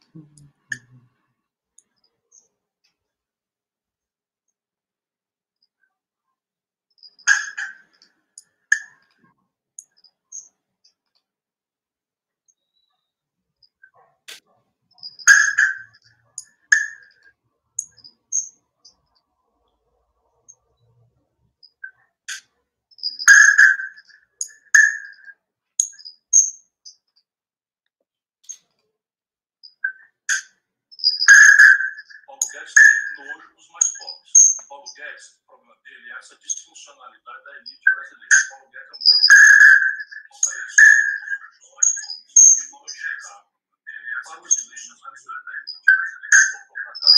Paulo Guedes tem nojo dos mais pobres. Paulo Guedes, o problema dele é essa disfuncionalidade da elite brasileira. Paulo Guedes é um garoto que saiu de longe chegar para os eleitos da elite brasileira. Voltou para cá,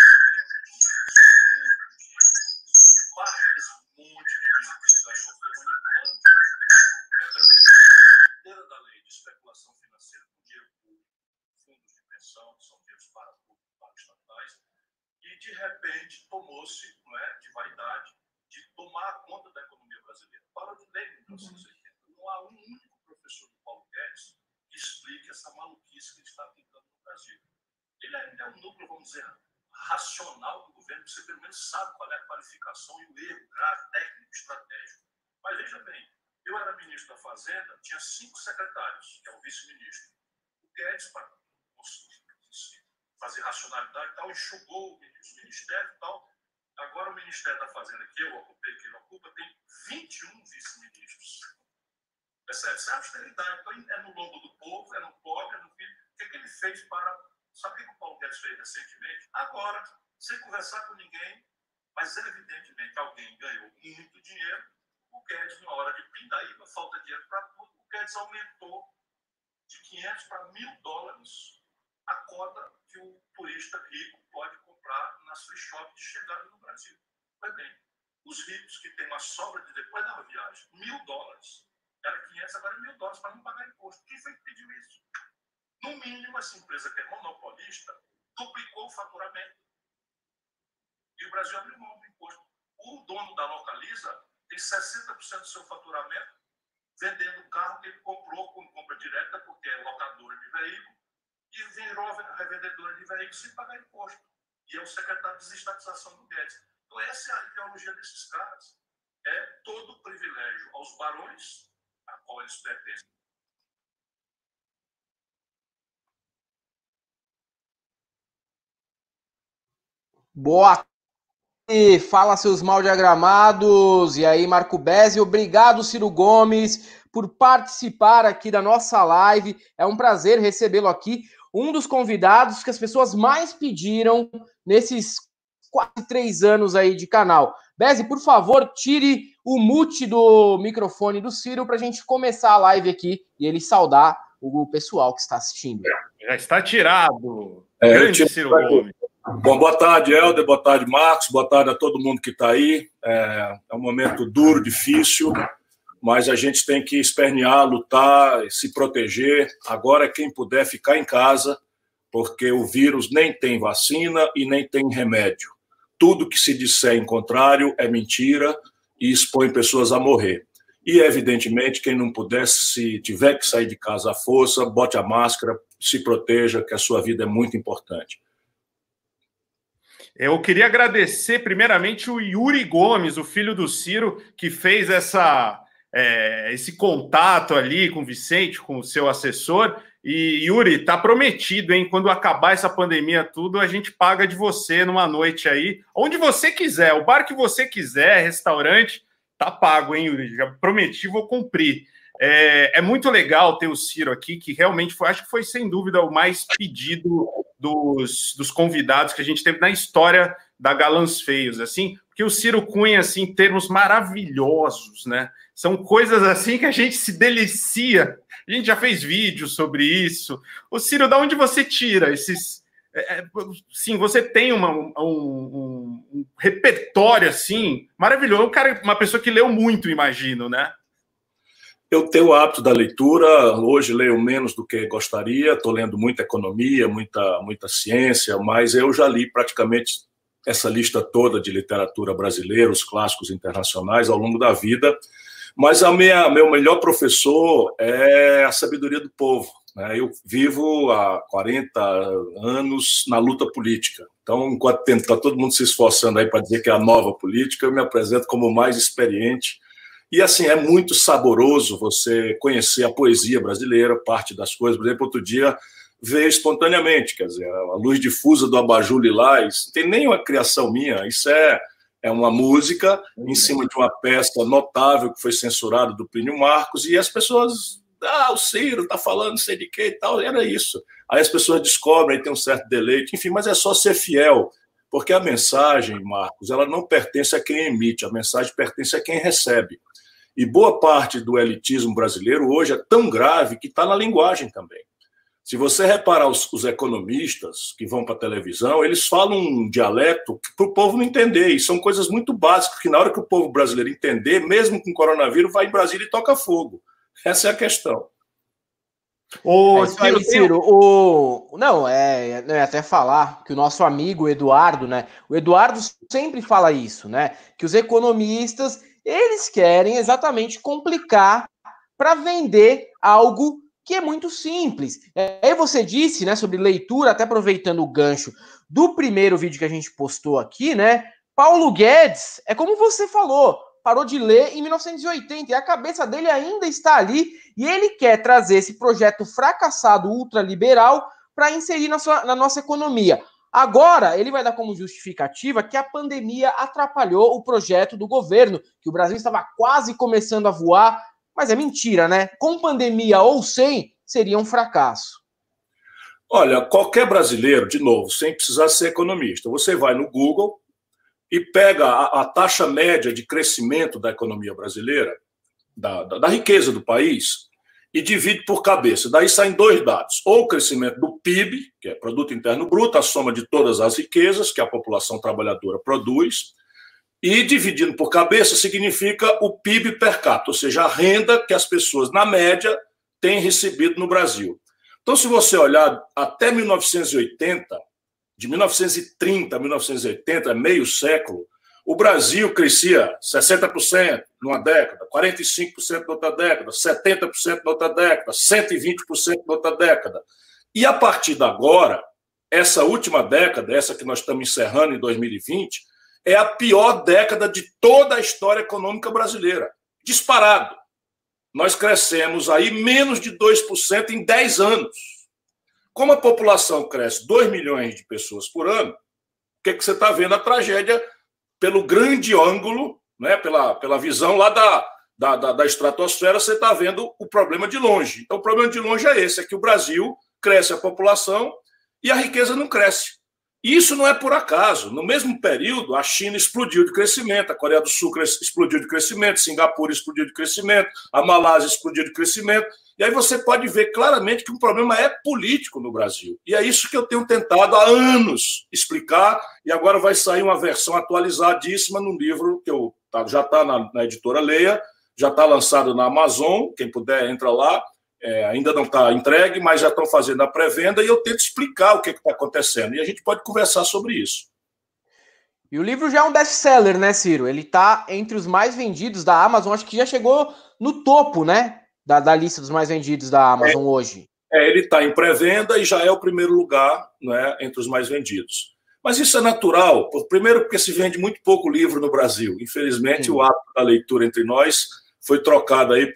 parte desse monte de dinheiro que ele ganhou foi manipulando o mecanismo da lei de especulação financeira com dinheiro público, fundos de pensão, que são dinheiros para estatais, e de repente tomou-se, não é, de vaidade de tomar conta da economia brasileira. Fala de lei de 1980. Não há um único professor do Paulo Guedes que explique essa maluquice que ele está aplicando no Brasil. Ele ainda é um núcleo, vamos dizer, racional do governo, que você pelo menos sabe qual é a qualificação e o erro grave, técnico, estratégico. Mas veja bem, eu era ministro da Fazenda, tinha 5 secretários, que é o vice-ministro. O Guedes, para fazer racionalidade e tal, enxugou os ministérios e tal. Agora o Ministério da Fazenda, que eu ocupei, que ele ocupa, tem 21 vice-ministros. Percebe? Isso é austeridade. Então é no lombo do povo, é no pobre, é no filho. O que é que ele fez para... Sabe o que o Paulo Guedes fez recentemente? Agora, sem conversar com ninguém, mas evidentemente alguém ganhou muito dinheiro. O Guedes, numa hora de pindaíba, falta dinheiro para tudo, o Guedes aumentou de 500 para $1.000 a cota que o turista rico pode comprar nas free shops de chegada no Brasil. Pois bem, os ricos que têm uma sobra de depois da viagem, $1.000, era 500, agora é $1.000 para não pagar imposto. Quem foi que pediu isso? No mínimo, essa empresa que é monopolista duplicou o faturamento. E o Brasil abriu mão do imposto. O dono da Localiza tem 60% do seu faturamento vendendo o carro que ele comprou com compra direta, porque é locadora de veículo, e virou revendedora de veículos sem pagar imposto. E é o secretário de desestatização do Guedes. Então, essa é a ideologia desses caras. É todo o privilégio aos barões, a qual eles pertencem. Boa tarde, fala seus mal diagramados. E aí, Marco Bezzi, obrigado, Ciro Gomes, por participar aqui da nossa live. É um prazer recebê-lo aqui. Um dos convidados que as pessoas mais pediram nesses quase 3 anos aí de canal. Bezzi, por favor, tire o mute do microfone do Ciro para a gente começar a live aqui e ele saudar o pessoal que está assistindo. Já está tirado. Grande Ciro Gomes. Bom, boa tarde, Helder, boa tarde, Marcos, boa tarde a todo mundo que está aí. É um momento duro, difícil, mas a gente tem que espernear, lutar, se proteger. Agora, quem puder ficar em casa, porque o vírus nem tem vacina e nem tem remédio. Tudo que se disser em contrário é mentira e expõe pessoas a morrer. E, evidentemente, quem não puder, se tiver que sair de casa à força, bote a máscara, se proteja, que a sua vida é muito importante. Eu queria agradecer, primeiramente, o Yuri Gomes, o filho do Ciro, que fez esse contato ali com o Vicente, com o seu assessor. E, Yuri, tá prometido, hein? Quando acabar essa pandemia tudo, a gente paga de você numa noite aí, onde você quiser, o bar que você quiser, restaurante, tá pago, hein, Yuri? Já prometi, vou cumprir. É muito legal ter o Ciro aqui, que realmente acho que foi, sem dúvida, o mais pedido dos convidados que a gente teve na história da Galãs Feios, assim, porque o Ciro Cunha, assim, termos maravilhosos, né? São coisas assim que a gente se delicia. A gente já fez vídeos sobre isso. Ô, Ciro, da onde você tira esses... Sim, você tem um repertório, assim, maravilhoso. Um cara, uma pessoa que leu muito, imagino, né? Eu tenho o hábito da leitura, hoje leio menos do que gostaria, estou lendo muita economia, muita ciência, mas eu já li praticamente essa lista toda de literatura brasileira, os clássicos internacionais ao longo da vida, Mas meu melhor professor é a sabedoria do povo. Né? Eu vivo há 40 anos na luta política. Então, enquanto está todo mundo se esforçando aí para dizer que é a nova política, eu me apresento como o mais experiente. E, assim, é muito saboroso você conhecer a poesia brasileira, parte das coisas. Por exemplo, outro dia veio espontaneamente, quer dizer, a luz difusa do abajur lilás, não tem nem uma criação minha, isso é uma música em cima de uma peça notável que foi censurada do Plínio Marcos, e as pessoas, o Ciro está falando não sei de quê e tal, era isso. Aí as pessoas descobrem, aí tem um certo deleite, enfim, mas é só ser fiel, porque a mensagem, Marcos, ela não pertence a quem emite, a mensagem pertence a quem recebe. E boa parte do elitismo brasileiro hoje é tão grave que está na linguagem também. Se você reparar os economistas que vão para a televisão, eles falam um dialeto para o povo não entender, e são coisas muito básicas, que na hora que o povo brasileiro entender, mesmo com coronavírus, vai em Brasília e toca fogo. Essa é a questão. É isso aí, Ciro. Não, até falar que o nosso amigo Eduardo, né? O Eduardo sempre fala isso, né? Que os economistas, eles querem exatamente complicar para vender algo que é muito simples. Aí você disse, né, sobre leitura, até aproveitando o gancho do primeiro vídeo que a gente postou aqui, né? Paulo Guedes, é como você falou, parou de ler em 1980 e a cabeça dele ainda está ali e ele quer trazer esse projeto fracassado ultraliberal para inserir na nossa economia. Agora, ele vai dar como justificativa que a pandemia atrapalhou o projeto do governo, que o Brasil estava quase começando a voar. Mas é mentira, né? Com pandemia ou sem, seria um fracasso. Olha, qualquer brasileiro, de novo, sem precisar ser economista, você vai no Google e pega a taxa média de crescimento da economia brasileira, da riqueza do país, e divide por cabeça. Daí saem dois dados. Ou o crescimento do PIB, que é Produto Interno Bruto, a soma de todas as riquezas que a população trabalhadora produz, e dividindo por cabeça significa o PIB per capita, ou seja, a renda que as pessoas, na média, têm recebido no Brasil. Então, se você olhar até 1980, de 1930 a 1980, meio século, o Brasil crescia 60% numa década, 45% na outra década, 70% na outra década, 120% na outra década. E a partir de agora, essa última década, essa que nós estamos encerrando em 2020, é a pior década de toda a história econômica brasileira. Disparado. Nós crescemos aí menos de 2% em 10 anos. Como a população cresce 2 milhões de pessoas por ano, o que você está vendo? A tragédia pelo grande ângulo, né, pela visão lá da estratosfera, você está vendo o problema de longe. Então, o problema de longe é esse, é que o Brasil cresce a população e a riqueza não cresce. Isso não é por acaso. No mesmo período, a China explodiu de crescimento, a Coreia do Sul explodiu de crescimento, Singapura explodiu de crescimento, a Malásia explodiu de crescimento. E aí você pode ver claramente que o problema é político no Brasil. E é isso que eu tenho tentado há anos explicar, e agora vai sair uma versão atualizadíssima num livro que já está na editora Leia, já está lançado na Amazon, quem puder entra lá. Ainda não está entregue, mas já estão fazendo a pré-venda e eu tento explicar o que está acontecendo. E a gente pode conversar sobre isso. E o livro já é um best-seller, né, Ciro? Ele está entre os mais vendidos da Amazon, acho que já chegou no topo, né, da lista dos mais vendidos da Amazon hoje. Ele está em pré-venda e já é o primeiro lugar, né, entre os mais vendidos. Mas isso é natural, primeiro porque se vende muito pouco livro no Brasil. Infelizmente, o hábito da leitura entre nós foi trocado aí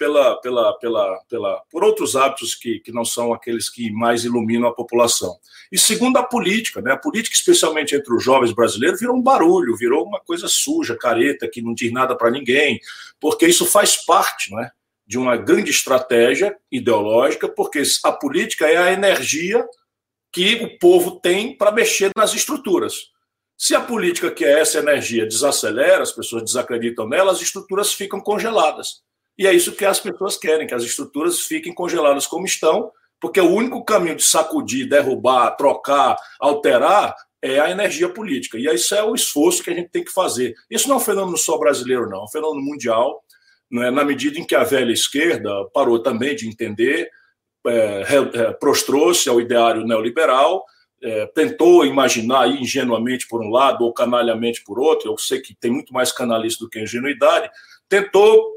por outros hábitos que não são aqueles que mais iluminam a população. E segundo, a política, né? A política, especialmente entre os jovens brasileiros, virou um barulho, virou uma coisa suja, careta, que não diz nada para ninguém, porque isso faz parte, né, de uma grande estratégia ideológica, porque a política é a energia que o povo tem para mexer nas estruturas. Se a política, que é essa energia, desacelera, as pessoas desacreditam nela, as estruturas ficam congeladas. E é isso que as pessoas querem, que as estruturas fiquem congeladas como estão, porque o único caminho de sacudir, derrubar, trocar, alterar, é a energia política. E isso é o esforço que a gente tem que fazer. Isso não é um fenômeno só brasileiro, não. É um fenômeno mundial, né? Na medida em que a velha esquerda parou também de entender, prostrou-se ao ideário neoliberal, tentou imaginar aí ingenuamente por um lado ou canalhamente por outro, eu sei que tem muito mais canalice do que ingenuidade, tentou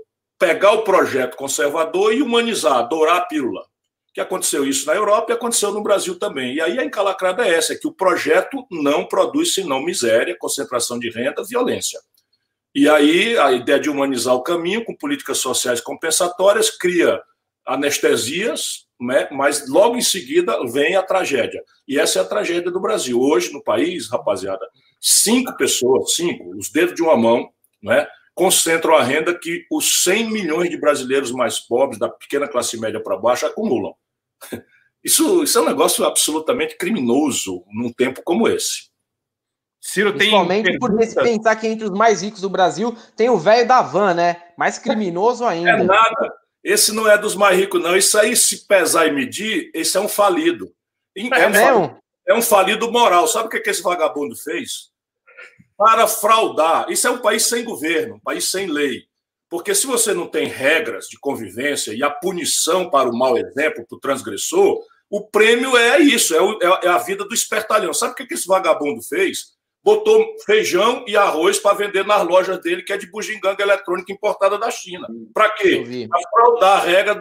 pegar o projeto conservador e humanizar, dourar a pílula. Que aconteceu isso na Europa e aconteceu no Brasil também. E aí a encalacrada é essa, é que o projeto não produz senão miséria, concentração de renda, violência. E aí a ideia de humanizar o caminho com políticas sociais compensatórias cria anestesias, né? Mas logo em seguida vem a tragédia. E essa é a tragédia do Brasil. Hoje, no país, rapaziada, 5 pessoas, 5, os dedos de uma mão, né, concentram a renda que os 100 milhões de brasileiros mais pobres, da pequena classe média para baixo, acumulam. Isso é um negócio absolutamente criminoso num tempo como esse. Ciro, principalmente por pensar que entre os mais ricos do Brasil tem o velho da van, né? Mais criminoso ainda. É nada. Esse não é dos mais ricos, não. Isso aí, se pesar e medir, esse é um falido. É um falido moral. Sabe o que esse vagabundo fez? Para fraudar. Isso é um país sem governo, um país sem lei. Porque se você não tem regras de convivência e a punição para o mau exemplo, para o transgressor, o prêmio é isso, é a vida do espertalhão. Sabe o que esse vagabundo fez? Botou feijão e arroz para vender nas lojas dele, que é de bugiganga eletrônica importada da China. Para quê? Para fraudar a regra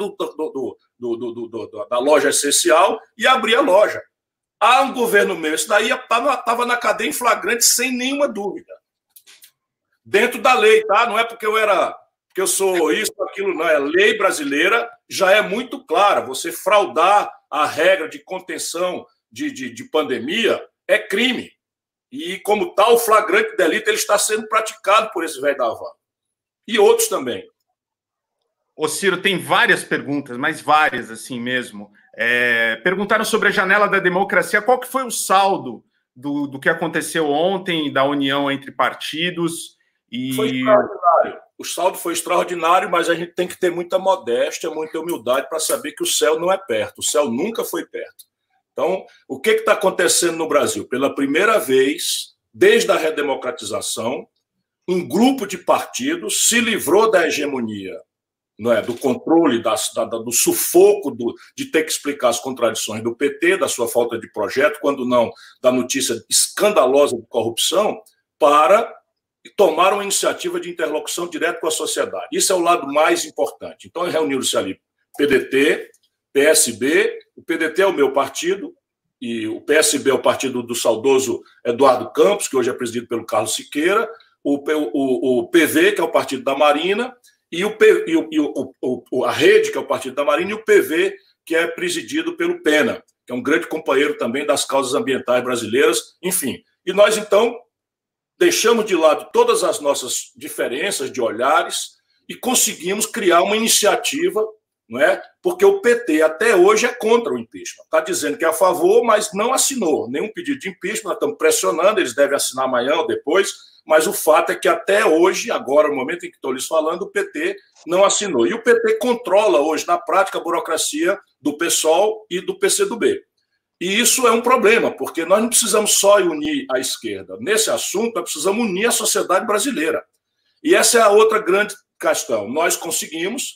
da loja essencial e abrir a loja. Há um governo meu, isso daí estava na cadeia em flagrante, sem nenhuma dúvida. Dentro da lei, tá? Não é porque eu sou isso, aquilo, não. É lei brasileira, já é muito clara. Você fraudar a regra de contenção de pandemia é crime. E, como tal, o flagrante delito ele está sendo praticado por esse velho da van. E outros também. Ô, Ciro, tem várias perguntas, mas várias assim mesmo. Perguntaram sobre a janela da democracia. Qual que foi o saldo do que aconteceu ontem, da união entre partidos? Foi extraordinário. O saldo foi extraordinário, mas a gente tem que ter muita modéstia, muita humildade para saber que o céu não é perto. O céu nunca foi perto. Então, o que está acontecendo no Brasil? Pela primeira vez, desde a redemocratização, um grupo de partidos se livrou da hegemonia, não é, do controle, do sufoco de ter que explicar as contradições do PT, da sua falta de projeto, quando não da notícia escandalosa de corrupção, para tomar uma iniciativa de interlocução direta com a sociedade. Isso é o lado mais importante. Então, reuniram-se ali PDT, PSB, o PDT é o meu partido, e o PSB é o partido do saudoso Eduardo Campos, que hoje é presidido pelo Carlos Siqueira, o PV, que é o partido da Marina, e a Rede, que é o partido da Marina, e o PV, que é presidido pelo Pena, que é um grande companheiro também das causas ambientais brasileiras, enfim. E nós, então, deixamos de lado todas as nossas diferenças de olhares e conseguimos criar uma iniciativa, não é? Porque o PT até hoje é contra o impeachment. Está dizendo que é a favor, mas não assinou nenhum pedido de impeachment. Nós estamos pressionando, eles devem assinar amanhã ou depois, mas o fato é que até hoje, agora, no momento em que estou lhes falando, o PT não assinou. E o PT controla hoje, na prática, a burocracia do PSOL e do PCdoB. E isso é um problema, porque nós não precisamos só unir a esquerda. Nesse assunto, nós precisamos unir a sociedade brasileira. E essa é a outra grande questão. Nós conseguimos,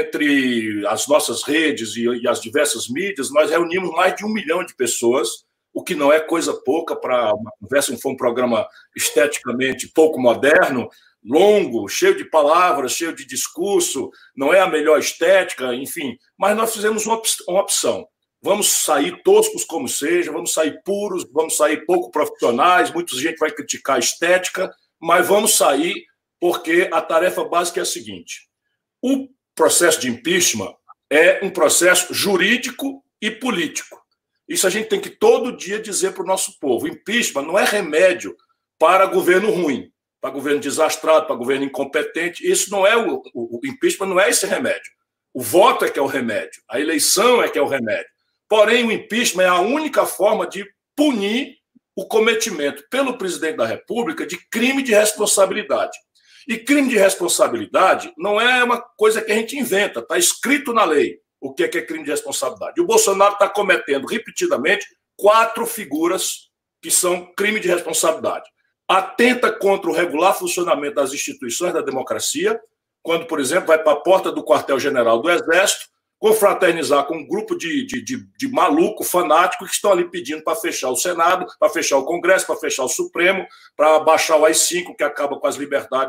entre as nossas redes e as diversas mídias, nós reunimos mais de 1 milhão de pessoas, o que não é coisa pouca para uma conversa. Foi um programa esteticamente pouco moderno, longo, cheio de palavras, cheio de discurso, não é a melhor estética, enfim. Mas nós fizemos uma opção. Vamos sair toscos como seja, vamos sair puros, vamos sair pouco profissionais, muita gente vai criticar a estética, mas vamos sair porque a tarefa básica é a seguinte: o processo de impeachment é um processo jurídico e político. Isso a gente tem que todo dia dizer para o nosso povo. O impeachment não é remédio para governo ruim, para governo desastrado, para governo incompetente. Isso não é o impeachment não é esse remédio. O voto é que é o remédio, a eleição é que é o remédio. Porém, o impeachment é a única forma de punir o cometimento pelo presidente da República de crime de responsabilidade. E crime de responsabilidade não é uma coisa que a gente inventa, está escrito na lei o que é crime de responsabilidade. E o Bolsonaro está cometendo repetidamente 4 figuras que são crime de responsabilidade. Atenta contra o regular funcionamento das instituições da democracia, quando, por exemplo, vai para a porta do quartel-general do Exército, confraternizar com um grupo de maluco, fanático, que estão ali pedindo para fechar o Senado, para fechar o Congresso, para fechar o Supremo, para baixar o AI-5, que acaba com as liberdades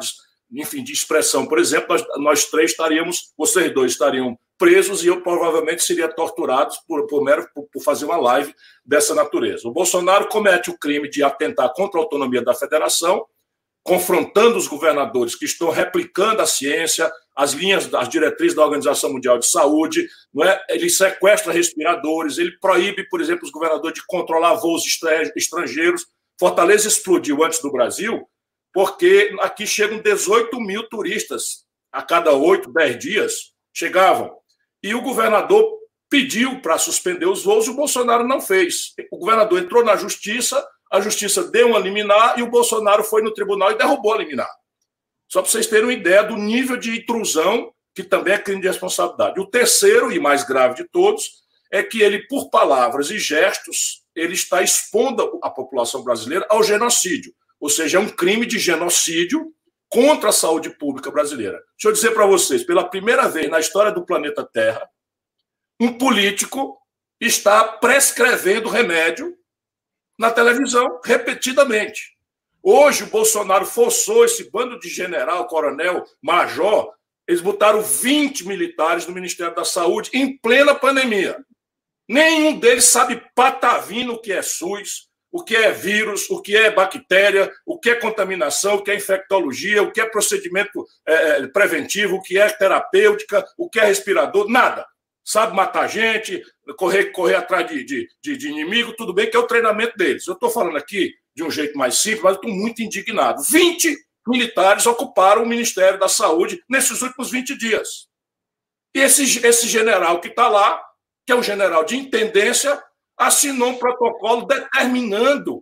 enfim, de expressão, por exemplo, nós três estaríamos, vocês dois estariam presos e eu provavelmente seria torturado por fazer uma live dessa natureza. O Bolsonaro comete o crime de atentar contra a autonomia da federação, confrontando os governadores que estão replicando a ciência, as diretrizes da Organização Mundial de Saúde, não é? Ele sequestra respiradores, ele proíbe, por exemplo, os governadores de controlar voos estrangeiros. Fortaleza explodiu antes do Brasil, porque aqui chegam 18 mil turistas a cada 8, 10 dias, chegavam. E o governador pediu para suspender os voos e o Bolsonaro não fez. O governador entrou na justiça, a justiça deu uma liminar e o Bolsonaro foi no tribunal e derrubou a liminar. Só para vocês terem uma ideia do nível de intrusão, que também é crime de responsabilidade. O terceiro, e mais grave de todos, é que ele, por palavras e gestos, ele está expondo a população brasileira ao genocídio. Ou seja, é um crime de genocídio contra a saúde pública brasileira. Deixa eu dizer para vocês, pela primeira vez na história do planeta Terra, um político está prescrevendo remédio na televisão, repetidamente. Hoje, o Bolsonaro forçou esse bando de general, coronel, major, eles botaram 20 militares no Ministério da Saúde em plena pandemia. Nenhum deles sabe patavino o que é SUS, o que é vírus, o que é bactéria, o que é contaminação, o que é infectologia, o que é procedimento preventivo, o que é terapêutica, o que é respirador, nada. Sabe matar gente, correr atrás de inimigo, tudo bem que é o treinamento deles. Eu estou falando aqui de um jeito mais simples, mas estou muito indignado. 20 militares ocuparam o Ministério da Saúde nesses últimos 20 dias. E esse general que está lá, que é um general de intendência, assinou um protocolo determinando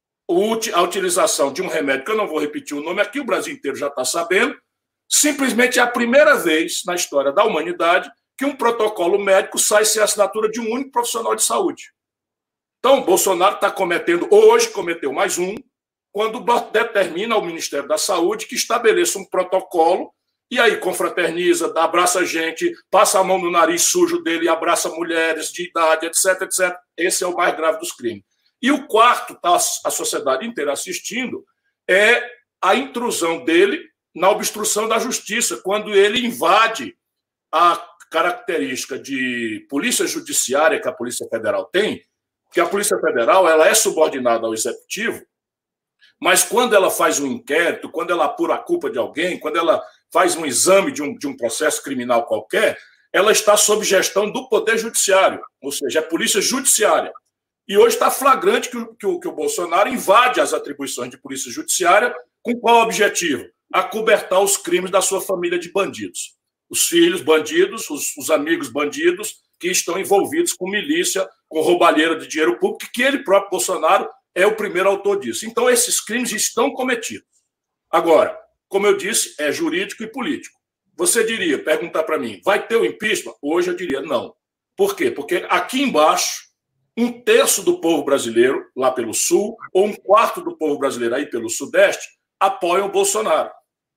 a utilização de um remédio, que eu não vou repetir o nome aqui, o Brasil inteiro já está sabendo. Simplesmente é a primeira vez na história da humanidade que um protocolo médico sai sem a assinatura de um único profissional de saúde. Então, o Bolsonaro está cometeu mais um, quando determina ao Ministério da Saúde que estabeleça um protocolo e aí confraterniza, abraça a gente, passa a mão no nariz sujo dele e abraça mulheres de idade, etc, etc. Esse é o mais grave dos crimes. E o quarto, está a sociedade inteira assistindo, é a intrusão dele na obstrução da justiça, quando ele invade a característica de polícia judiciária que a Polícia Federal tem, que a Polícia Federal ela é subordinada ao Executivo, mas quando ela faz um inquérito, quando ela apura a culpa de alguém, quando ela faz um exame de um processo criminal qualquer, ela está sob gestão do Poder Judiciário, ou seja, é Polícia Judiciária. E hoje está flagrante que o Bolsonaro invade as atribuições de Polícia Judiciária com qual objetivo? Acobertar os crimes da sua família de bandidos. Os filhos bandidos, os amigos bandidos que estão envolvidos com milícia, com roubalheira de dinheiro público, que ele próprio, Bolsonaro, é o primeiro autor disso. Então, esses crimes estão cometidos. Agora, como eu disse, é jurídico e político. Você diria, perguntar para mim, vai ter o impeachment? Hoje eu diria não. Por quê? Porque aqui embaixo, 1/3 do povo brasileiro, lá pelo Sul, ou 1/4 do povo brasileiro aí pelo Sudeste, apoiam o Bolsonaro.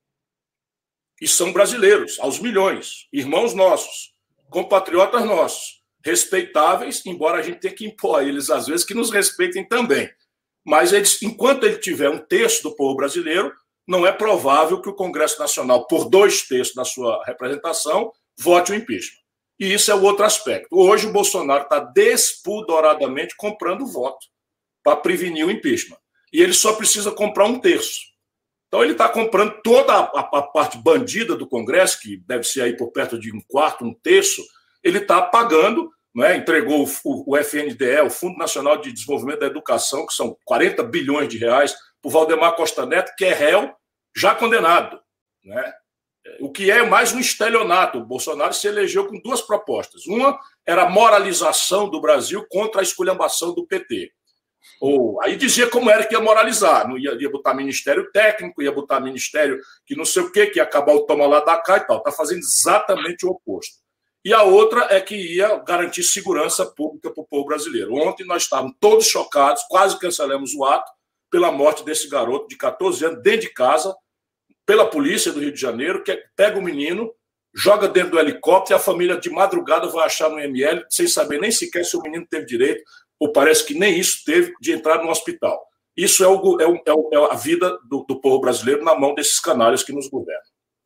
E são brasileiros, aos milhões, irmãos nossos, compatriotas nossos, respeitáveis, embora a gente tenha que impor a eles, às vezes, que nos respeitem também. Mas eles, enquanto ele tiver 1/3 do povo brasileiro, não é provável que o Congresso Nacional, por 2/3 da sua representação, vote o impeachment. E isso é o outro aspecto. Hoje o Bolsonaro está despudoradamente comprando voto para prevenir o impeachment. E ele só precisa comprar 1/3. Então ele está comprando toda a parte bandida do Congresso, que deve ser aí por perto de 1/4, 1/3, ele está pagando, né? Entregou o FNDE, o Fundo Nacional de Desenvolvimento da Educação, que são 40 bilhões de reais, para o Valdemar Costa Neto, que é réu já condenado, né? O que é mais um estelionato. O Bolsonaro se elegeu com 2 propostas. Uma era a moralização do Brasil contra a esculhambação do PT. Aí dizia como era que ia moralizar. Não ia botar ministério técnico, ia botar ministério que não sei o quê, que ia acabar o toma lá da cá e tal. Está fazendo exatamente o oposto. E a outra é que ia garantir segurança pública para o povo brasileiro. Ontem nós estávamos todos chocados, quase cancelamos o ato, pela morte desse garoto de 14 anos, dentro de casa, pela polícia do Rio de Janeiro, que pega o menino, joga dentro do helicóptero e a família de madrugada vai achar no ML, sem saber nem sequer se o menino teve direito, ou parece que nem isso teve, de entrar no hospital. Isso é a vida do povo brasileiro na mão desses canalhas que nos governam.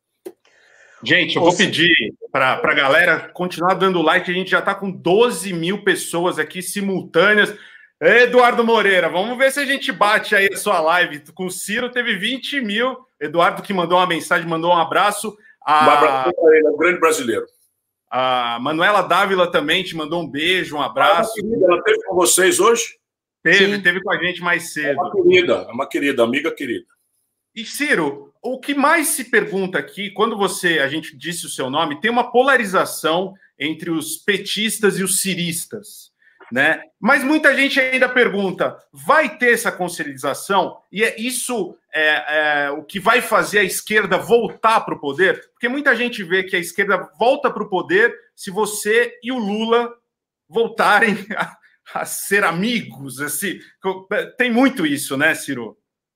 Gente, eu vou pedir para a galera continuar dando like. A gente já está com 12 mil pessoas aqui simultâneas. Eduardo Moreira, vamos ver se a gente bate aí a sua live. Com o Ciro teve 20 mil. Eduardo que mandou uma mensagem, mandou um abraço. Um abraço para ele, é um grande brasileiro. A Manuela Dávila também te mandou um beijo, um abraço. Ela esteve com vocês hoje? Teve com a gente mais cedo. É uma querida, amiga querida. E, Ciro, o que mais se pergunta aqui, quando a gente disse o seu nome, tem uma polarização entre os petistas e os ciristas, né? Mas muita gente ainda pergunta, vai ter essa conciliação? E isso é o que vai fazer a esquerda voltar para o poder? Porque muita gente vê que a esquerda volta para o poder se você e o Lula voltarem a ser amigos. Assim. Tem muito isso, né, Ciro?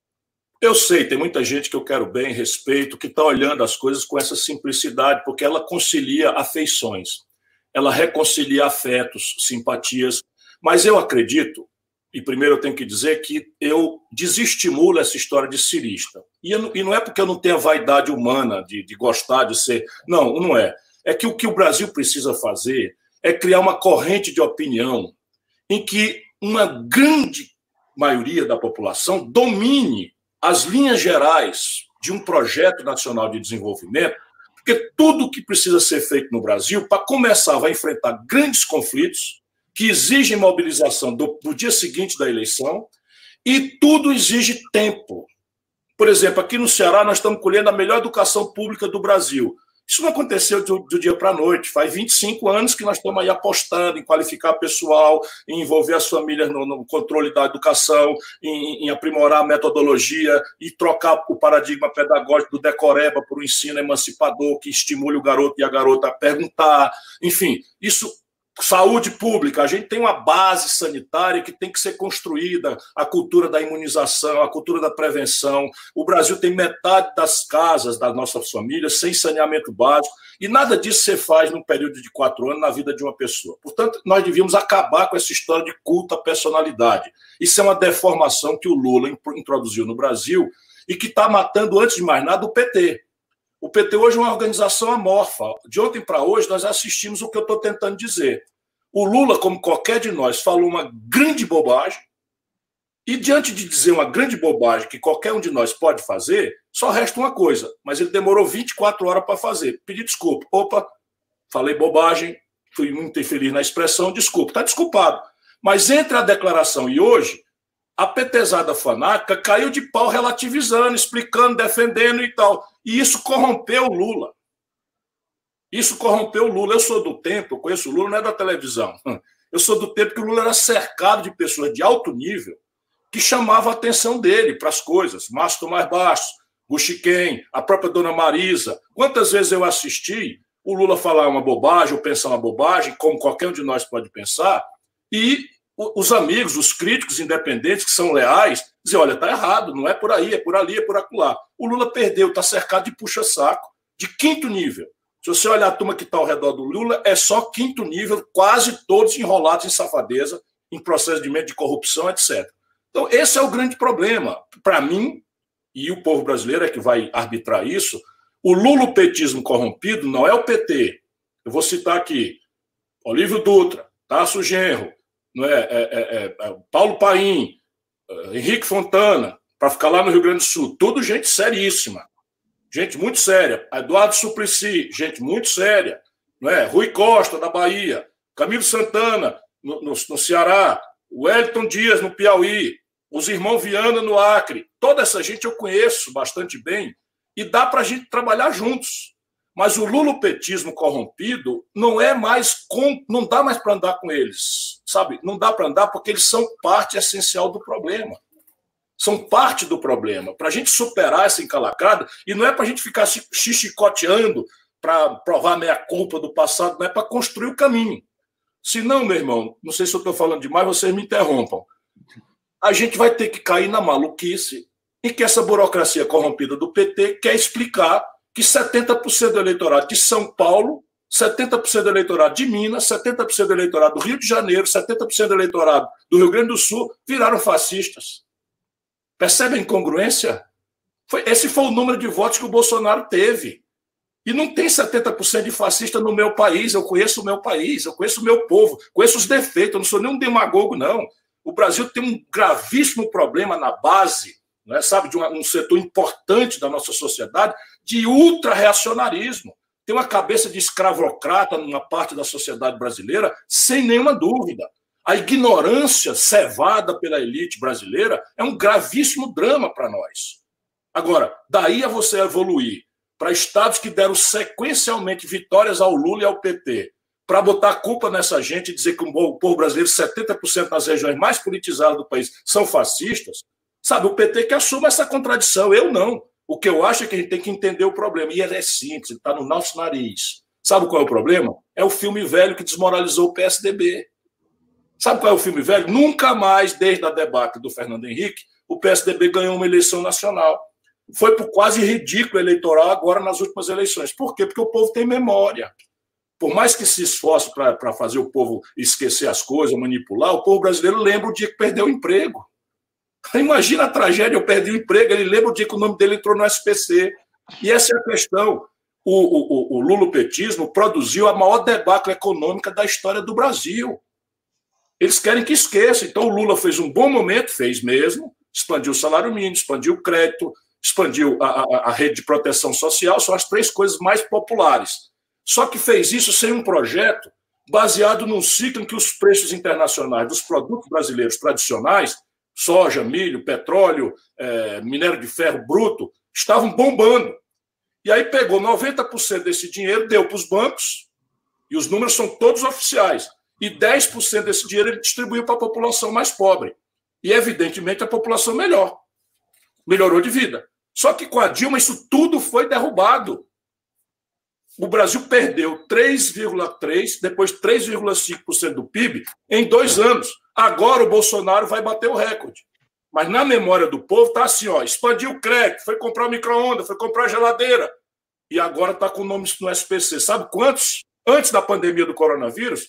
Eu sei, tem muita gente que eu quero bem, respeito, que está olhando as coisas com essa simplicidade, porque ela concilia afeições, ela reconcilia afetos, simpatias, mas eu acredito, e primeiro eu tenho que dizer que eu desestimulo essa história de cirista. E não é porque eu não tenho a vaidade humana de gostar de ser... Não é. É que o Brasil precisa fazer é criar uma corrente de opinião em que uma grande maioria da população domine as linhas gerais de um projeto nacional de desenvolvimento, porque tudo que precisa ser feito no Brasil, para começar, vai enfrentar grandes conflitos que exigem mobilização do dia seguinte da eleição, e tudo exige tempo. Por exemplo, aqui no Ceará, nós estamos colhendo a melhor educação pública do Brasil. Isso não aconteceu do dia para a noite. Faz 25 anos que nós estamos aí apostando em qualificar pessoal, em envolver as famílias no controle da educação, em aprimorar a metodologia e trocar o paradigma pedagógico do decoreba por um ensino emancipador que estimule o garoto e a garota a perguntar. Enfim, isso... Saúde pública, a gente tem uma base sanitária que tem que ser construída, a cultura da imunização, a cultura da prevenção. O Brasil tem metade das casas das nossas famílias sem saneamento básico, e nada disso você faz num período de 4 anos na vida de uma pessoa. Portanto, nós devíamos acabar com essa história de culto à personalidade. Isso é uma deformação que o Lula introduziu no Brasil e que está matando, antes de mais nada, o PT. O PT hoje é uma organização amorfa. De ontem para hoje, nós assistimos o que eu estou tentando dizer. O Lula, como qualquer de nós, falou uma grande bobagem, e diante de dizer uma grande bobagem que qualquer um de nós pode fazer, só resta uma coisa, mas ele demorou 24 horas para fazer. Pedir desculpa. Opa, falei bobagem, fui muito infeliz na expressão, desculpa. Está desculpado. Mas entre a declaração e hoje, a petezada fanática caiu de pau relativizando, explicando, defendendo e tal. E isso corrompeu o Lula. Isso corrompeu o Lula. Eu sou do tempo, eu conheço o Lula, não é da televisão. Eu sou do tempo que o Lula era cercado de pessoas de alto nível que chamavam a atenção dele para as coisas. Márcio Tomás Bastos, Guxiquem, a própria dona Marisa. Quantas vezes eu assisti o Lula falar uma bobagem ou pensar uma bobagem, como qualquer um de nós pode pensar, e os amigos, os críticos independentes que são leais, dizem, olha, está errado, não é por aí, é por ali, é por acolá. O Lula perdeu, está cercado de puxa-saco, de 5º nível. Se você olhar a turma que está ao redor do Lula, é só 5º nível, quase todos enrolados em safadeza, em procedimento de corrupção, etc. Então, esse é o grande problema. Para mim, e o povo brasileiro é que vai arbitrar isso, o lulopetismo corrompido não é o PT. Eu vou citar aqui Olívio Dutra, Tasso Genro, Paulo Paim, Henrique Fontana, para ficar lá no Rio Grande do Sul, tudo gente seríssima, gente muito séria. Eduardo Suplicy, gente muito séria, Rui Costa, da Bahia, Camilo Santana, no Ceará, Wellington Dias, no Piauí, os irmãos Viana, no Acre. Toda essa gente eu conheço bastante bem e dá para a gente trabalhar juntos. Mas o lulopetismo corrompido não dá mais para andar com eles, sabe? Não dá para andar porque eles são parte essencial do problema. São parte do problema. Para a gente superar essa encalacrada, e não é para a gente ficar se chicoteando para provar meia-culpa do passado, não é para construir o caminho. Senão, meu irmão, não sei se eu estou falando demais, vocês me interrompam. A gente vai ter que cair na maluquice em que essa burocracia corrompida do PT quer explicar que 70% do eleitorado de São Paulo, 70% do eleitorado de Minas, 70% do eleitorado do Rio de Janeiro, 70% do eleitorado do Rio Grande do Sul viraram fascistas. Percebe a incongruência? Esse foi o número de votos que o Bolsonaro teve. E não tem 70% de fascista no meu país. Eu conheço o meu país, eu conheço o meu povo, conheço os defeitos, eu não sou nenhum demagogo, não. O Brasil tem um gravíssimo problema na base, né, sabe, de um setor importante da nossa sociedade, de ultra-reacionarismo. Tem uma cabeça de escravocrata numa parte da sociedade brasileira, sem nenhuma dúvida. A ignorância cevada pela elite brasileira é um gravíssimo drama para nós. Agora, daí a você evoluir para estados que deram sequencialmente vitórias ao Lula e ao PT, para botar a culpa nessa gente e dizer que o povo brasileiro, 70% das regiões mais politizadas do país, são fascistas, sabe, o PT que assuma essa contradição, eu não. O que eu acho é que a gente tem que entender o problema, e ele é simples, ele está no nosso nariz. Sabe qual é o problema? É o filme velho que desmoralizou o PSDB. Sabe qual é o filme velho? Nunca mais, desde a debacle do Fernando Henrique, o PSDB ganhou uma eleição nacional. Foi por quase ridículo eleitoral agora nas últimas eleições. Por quê? Porque o povo tem memória. Por mais que se esforce para fazer o povo esquecer as coisas, manipular, o povo brasileiro lembra o dia que perdeu o emprego. Imagina a tragédia, eu perdi o emprego, ele lembra o dia que o nome dele entrou no SPC. E essa é a questão. O lulopetismo produziu a maior debacle econômica da história do Brasil. Eles querem que esqueça. Então o Lula fez um bom momento, fez mesmo, expandiu o salário mínimo, expandiu o crédito, expandiu a rede de proteção social, são as 3 coisas mais populares. Só que fez isso sem um projeto baseado num ciclo em que os preços internacionais dos produtos brasileiros tradicionais, soja, milho, petróleo, minério de ferro bruto, estavam bombando. E aí pegou 90% desse dinheiro, deu para os bancos, e os números são todos oficiais, e 10% desse dinheiro ele distribuiu para a população mais pobre. E, evidentemente, a população melhorou de vida. Só que com a Dilma isso tudo foi derrubado. O Brasil perdeu 3,3%, depois 3,5% do PIB em 2 anos. Agora o Bolsonaro vai bater o recorde. Mas na memória do povo está assim, ó, expandiu o crédito, foi comprar o micro-ondas, foi comprar a geladeira. E agora está com o nome no SPC. Sabe quantos? Antes da pandemia do coronavírus,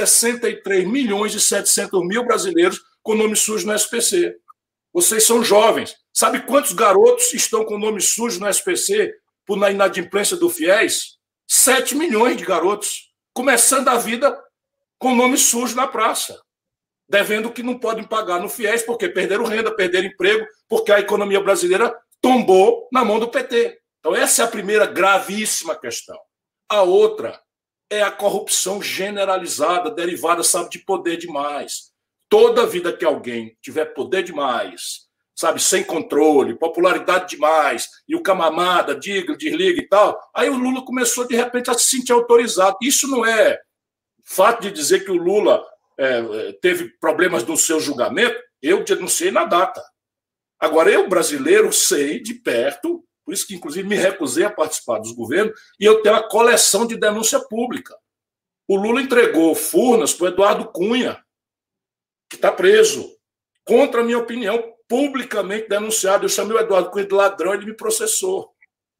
63.700.000 brasileiros com nome sujo no SPC. Vocês são jovens. Sabe quantos garotos estão com nome sujo no SPC por na inadimplência do FIES? 7 milhões de garotos, começando a vida com nome sujo na praça, devendo que não podem pagar no FIES porque perderam renda, perderam emprego, porque a economia brasileira tombou na mão do PT. Então essa é a primeira gravíssima questão. A outra é a corrupção generalizada, derivada, sabe, de poder demais. Toda vida que alguém tiver poder demais, sabe, sem controle, popularidade demais, e o camamada, diga, desliga e tal, aí o Lula começou, de repente, a se sentir autorizado. Isso não é fato de dizer que o Lula teve problemas no seu julgamento, eu denunciei na data. Agora, eu, brasileiro, sei de perto, por isso que, inclusive, me recusei a participar dos governos, e eu tenho uma coleção de denúncia pública. O Lula entregou Furnas para o Eduardo Cunha, que está preso, contra a minha opinião, publicamente denunciado. Eu chamei o Eduardo Cunha de ladrão, ele me processou.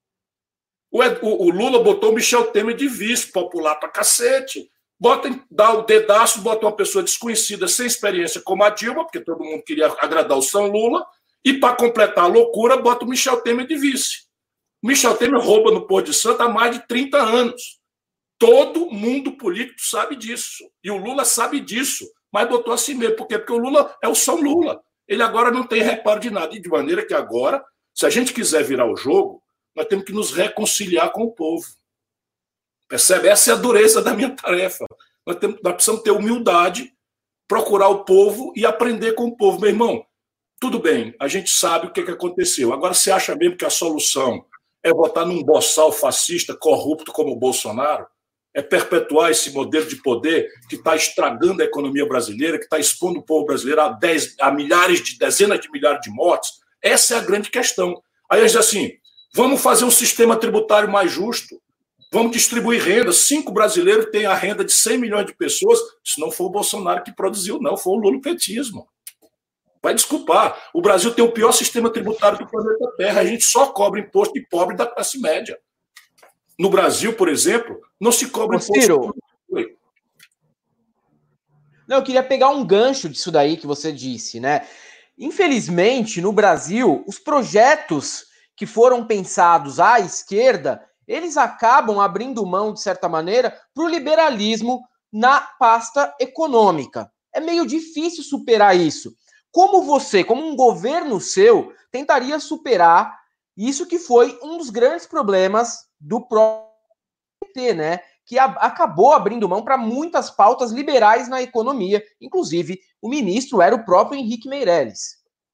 O Lula botou o Michel Temer de vice, popular pra cacete. Dá o dedaço, bota uma pessoa desconhecida, sem experiência, como a Dilma, porque todo mundo queria agradar o São Lula, e, para completar a loucura, bota o Michel Temer de vice. O Michel Temer rouba no Porto de Santo há mais de 30 anos. Todo mundo político sabe disso. E o Lula sabe disso, mas botou assim mesmo. Por quê? Porque o Lula é o São Lula. Ele agora não tem reparo de nada. E de maneira que agora, se a gente quiser virar o jogo, nós temos que nos reconciliar com o povo. Percebe? Essa é a dureza da minha tarefa. Nós precisamos ter humildade, procurar o povo e aprender com o povo. Meu irmão, tudo bem, a gente sabe o que aconteceu. Agora, você acha mesmo que a solução é votar num boçal fascista corrupto como o Bolsonaro? É perpetuar esse modelo de poder que está estragando a economia brasileira, que está expondo o povo brasileiro a milhares dezenas de milhares de mortes? Essa é a grande questão. Aí eles dizem assim, vamos fazer um sistema tributário mais justo, vamos distribuir renda. 5 brasileiros têm a renda de 100 milhões de pessoas. Isso não foi o Bolsonaro que produziu, não, foi o lulopetismo. Vai desculpar, o Brasil tem o pior sistema tributário do planeta Terra. A gente só cobra imposto de pobre da classe média. No Brasil, por exemplo, não se cobra imposto. Ciro, não, eu queria pegar um gancho disso daí que você disse, né? Infelizmente, no Brasil, os projetos que foram pensados à esquerda, eles acabam abrindo mão, de certa maneira, para o liberalismo na pasta econômica. É meio difícil superar isso. Como você, como um governo seu, tentaria superar isso que foi um dos grandes problemas do próprio PT, né? Que acabou abrindo mão para muitas pautas liberais na economia. Inclusive, o ministro era o próprio Henrique Meirelles.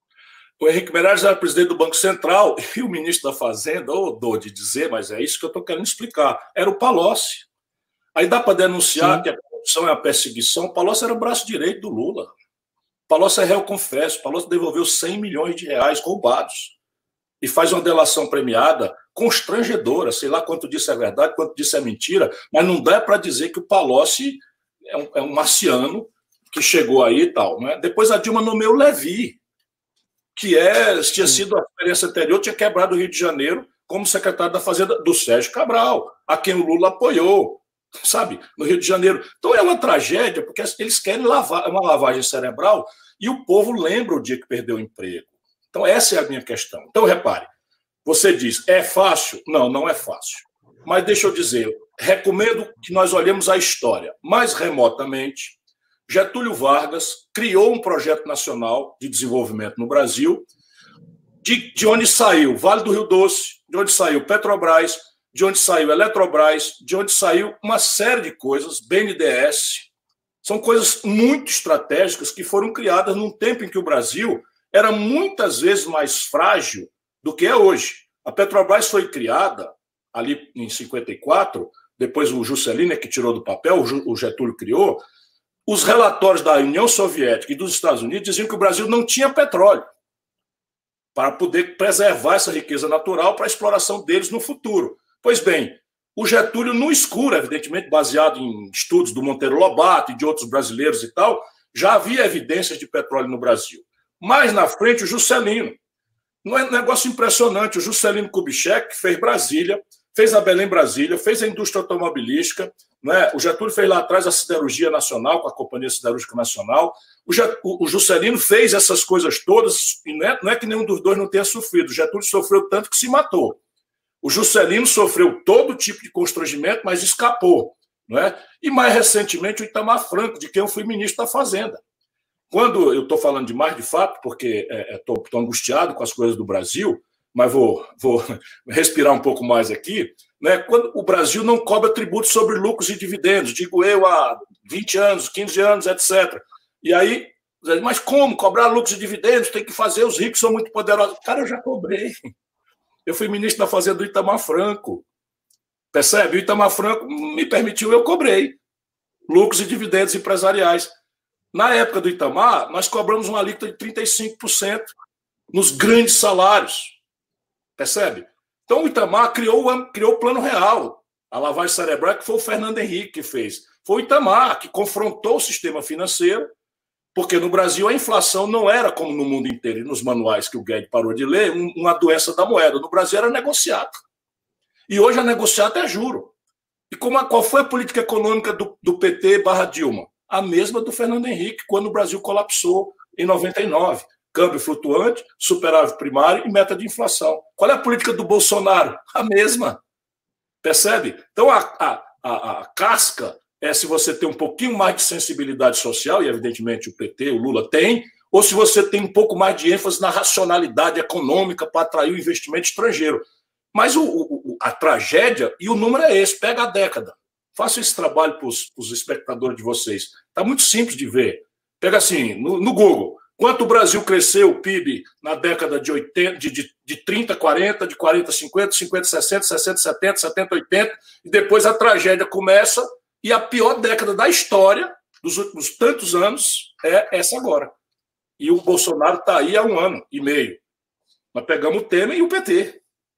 O Henrique Meirelles era presidente do Banco Central e o ministro da Fazenda, ou dou de dizer, mas é isso que eu estou querendo explicar, era o Palocci. Aí dá para denunciar que a corrupção é a perseguição. O Palocci era o braço direito do Lula. O Palocci é réu confesso. O Palocci devolveu 100 milhões de reais roubados. E faz uma delação premiada constrangedora. Sei lá quanto disso é verdade, quanto disso é mentira, mas não dá para dizer que o Palocci é um marciano que chegou aí e tal. Né? Depois a Dilma nomeou o Levi, que tinha sido a experiência anterior, tinha quebrado o Rio de Janeiro como secretário da Fazenda do Sérgio Cabral, a quem o Lula apoiou, sabe, no Rio de Janeiro. Então é uma tragédia, porque eles querem uma lavagem cerebral e o povo lembra o dia que perdeu o emprego. Então essa é a minha questão. Então repare, você diz, é fácil? Não, não é fácil. Mas deixa eu dizer, recomendo que nós olhemos a história mais remotamente. Getúlio Vargas criou um projeto nacional de desenvolvimento no Brasil, de onde saiu Vale do Rio Doce, de onde saiu Petrobras, de onde saiu Eletrobras, de onde saiu uma série de coisas, BNDES. São coisas muito estratégicas que foram criadas num tempo em que o Brasil era muitas vezes mais frágil do que é hoje. A Petrobras foi criada ali em 54, depois o Juscelino é que tirou do papel, o Getúlio criou. Os relatórios da União Soviética e dos Estados Unidos diziam que o Brasil não tinha petróleo para poder preservar essa riqueza natural para a exploração deles no futuro. Pois bem, o Getúlio, no escuro, evidentemente baseado em estudos do Monteiro Lobato e de outros brasileiros e tal, já havia evidências de petróleo no Brasil. Mais na frente, o Juscelino. Não é um negócio impressionante. O Juscelino Kubitschek fez Brasília, fez a Belém Brasília, fez a indústria automobilística, né? O Getúlio fez lá atrás a Siderurgia Nacional, com a Companhia Siderúrgica Nacional. O Juscelino fez essas coisas todas, e não é que nenhum dos dois não tenha sofrido. O Getúlio sofreu tanto que se matou. O Juscelino sofreu todo tipo de constrangimento, mas escapou. Não é? E mais recentemente o Itamar Franco, de quem eu fui ministro da Fazenda. Quando eu estou falando demais de fato, porque estou angustiado com as coisas do Brasil, mas vou respirar um pouco mais aqui, né? Quando o Brasil não cobra tributo sobre lucros e dividendos, digo eu, há 20 anos, 15 anos, etc. E aí, mas como cobrar lucros e dividendos? Tem que fazer, os ricos são muito poderosos. Cara, eu já cobrei. Eu fui ministro da Fazenda do Itamar Franco. Percebe? O Itamar Franco me permitiu, eu cobrei lucros e dividendos empresariais. Na época do Itamar, nós cobramos uma alíquota de 35% nos grandes salários. Percebe? Então, o Itamar criou o Plano Real. A lavagem cerebral que foi o Fernando Henrique que fez. Foi o Itamar que confrontou o sistema financeiro, porque no Brasil a inflação não era como no mundo inteiro, e nos manuais que o Guedes parou de ler, uma doença da moeda. No Brasil era negociata. E hoje a negociata é juro. E qual foi a política econômica do PT / Dilma? A mesma do Fernando Henrique, quando o Brasil colapsou em 99. Câmbio flutuante, superávit primário e meta de inflação. Qual é a política do Bolsonaro? A mesma. Percebe? Então, a casca é se você tem um pouquinho mais de sensibilidade social, e evidentemente o PT, o Lula tem, ou se você tem um pouco mais de ênfase na racionalidade econômica para atrair o investimento estrangeiro. Mas a tragédia, e o número é esse, pega a década. Faça esse trabalho para os espectadores de vocês. Está muito simples de ver. Pega assim, no Google, quanto o Brasil cresceu o PIB na década de 80, de 30, 40, de 40, 50, 50, 60, 60, 70, 70, 80, e depois a tragédia começa, e a pior década da história, dos últimos tantos anos, é essa agora. E o Bolsonaro está aí há 1 ano e meio. Nós pegamos o Temer e o PT.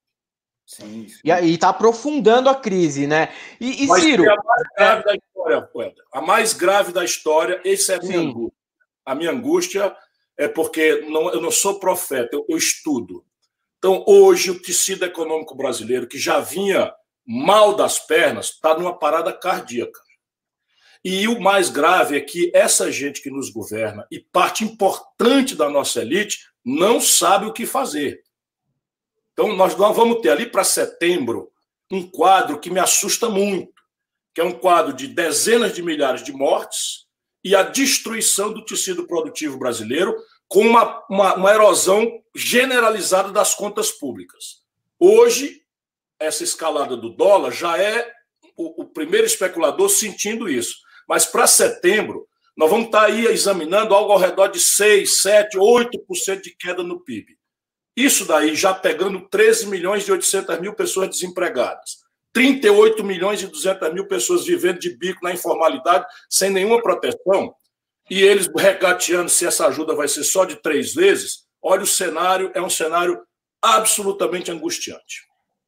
Sim, sim. E está aprofundando a a né? E Ciro... É a mais grave da história, Poeta. A mais grave da história, essa é a minha angústia. A minha angústia é porque eu não sou profeta, eu estudo. Então, hoje, o tecido econômico brasileiro, que já vinha mal das pernas, está numa parada cardíaca. E o mais grave é que essa gente que nos governa e parte importante da nossa elite não sabe o que fazer. Então, nós vamos ter ali para setembro um quadro que me assusta muito, que é um quadro de dezenas de milhares de mortes e a destruição do tecido produtivo brasileiro com uma erosão generalizada das contas públicas. Hoje, essa escalada do dólar já é o primeiro especulador sentindo isso. Mas para setembro, nós vamos estar aí examinando algo ao redor de 6, 7, 8% de queda no PIB. Isso daí já pegando 13 milhões e 800 mil pessoas desempregadas, 38 milhões e 200 mil pessoas vivendo de bico na informalidade, sem nenhuma proteção, e eles regateando se essa ajuda vai ser só de 3 vezes. Olha, o cenário é um cenário absolutamente angustiante.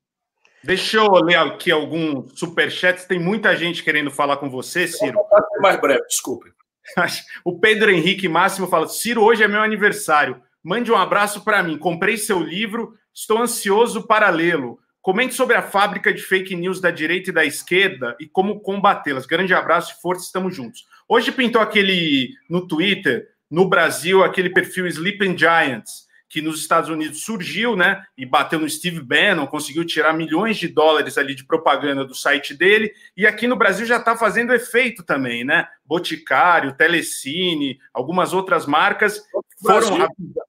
Deixa eu ler aqui alguns superchats. Tem muita gente querendo falar com você, Ciro. Vou ser mais breve, desculpe. O Pedro Henrique Máximo fala: Ciro, hoje é meu aniversário. Mande um abraço para mim. Comprei seu livro, estou ansioso para lê-lo. Comente sobre a fábrica de fake news da direita e da esquerda e como combatê-las. Grande abraço e força, estamos juntos. Hoje pintou aquele, no Twitter, no Brasil, aquele perfil Sleeping Giants, que nos Estados Unidos surgiu, né, e bateu no Steve Bannon, conseguiu tirar milhões de dólares ali de propaganda do site dele, e aqui no Brasil já está fazendo efeito também, né? Boticário, Telecine, algumas outras marcas foram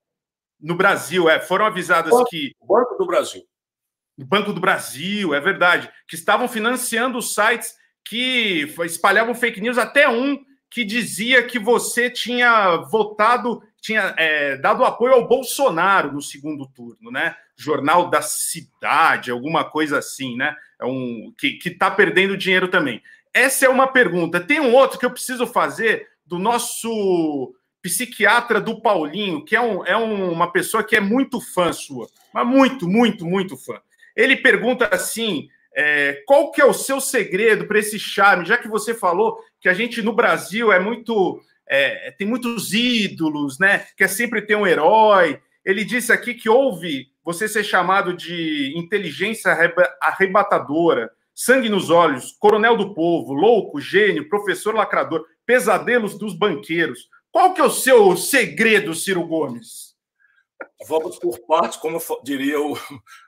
no Brasil, foram avisadas que... Banco do Brasil. Banco do Brasil, é verdade, que estavam financiando os sites que espalhavam fake news, até um que dizia que você tinha votado, tinha dado apoio ao Bolsonaro no segundo turno, né? Jornal da Cidade, alguma coisa assim, né? Que está perdendo dinheiro também. Essa é uma pergunta. Tem um outro que eu preciso fazer do nosso psiquiatra do Paulinho, que é uma pessoa que é muito fã sua, mas muito, muito, muito fã. Ele pergunta assim: qual que é o seu segredo para esse charme, já que você falou que a gente no Brasil tem muitos ídolos, né? Quer sempre ter um herói. Ele disse aqui que ouve você ser chamado de inteligência arrebatadora, sangue nos olhos, coronel do povo, louco, gênio, professor lacrador, pesadelos dos banqueiros. Qual que é o seu segredo, Ciro Gomes? Vamos por partes, como diria o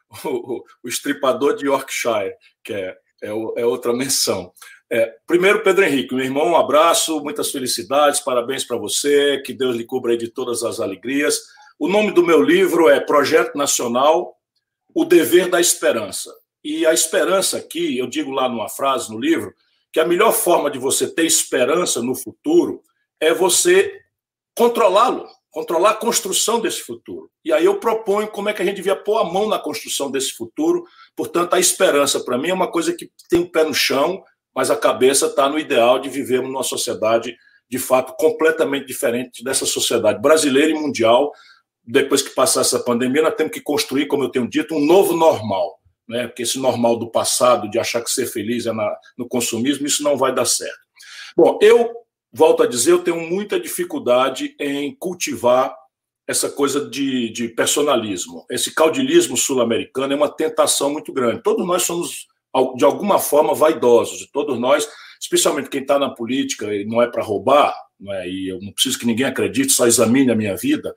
estripador de Yorkshire, que é outra menção. Primeiro, Pedro Henrique, meu irmão, um abraço, muitas felicidades, parabéns para você, que Deus lhe cubra aí de todas as alegrias. O nome do meu livro é Projeto Nacional, O Dever da Esperança. E a esperança aqui, eu digo lá numa frase no livro, que a melhor forma de você ter esperança no futuro é você controlá-lo, controlar a construção desse futuro. E aí eu proponho como é que a gente devia pôr a mão na construção desse futuro. Portanto, a esperança, para mim, é uma coisa que tem o pé no chão, mas a cabeça está no ideal de vivermos numa sociedade, de fato, completamente diferente dessa sociedade brasileira e mundial. Depois que passar essa pandemia, nós temos que construir, como eu tenho dito, um novo normal, né? Porque esse normal do passado, de achar que ser feliz é no consumismo, isso não vai dar certo. Bom, eu volto a dizer, eu tenho muita dificuldade em cultivar essa coisa de personalismo. Esse caudilismo sul-americano é uma tentação muito grande. Todos nós somos, de alguma forma, vaidosos. Todos nós, especialmente quem está na política, e não é para roubar, não é, e eu não preciso que ninguém acredite, só examine a minha vida,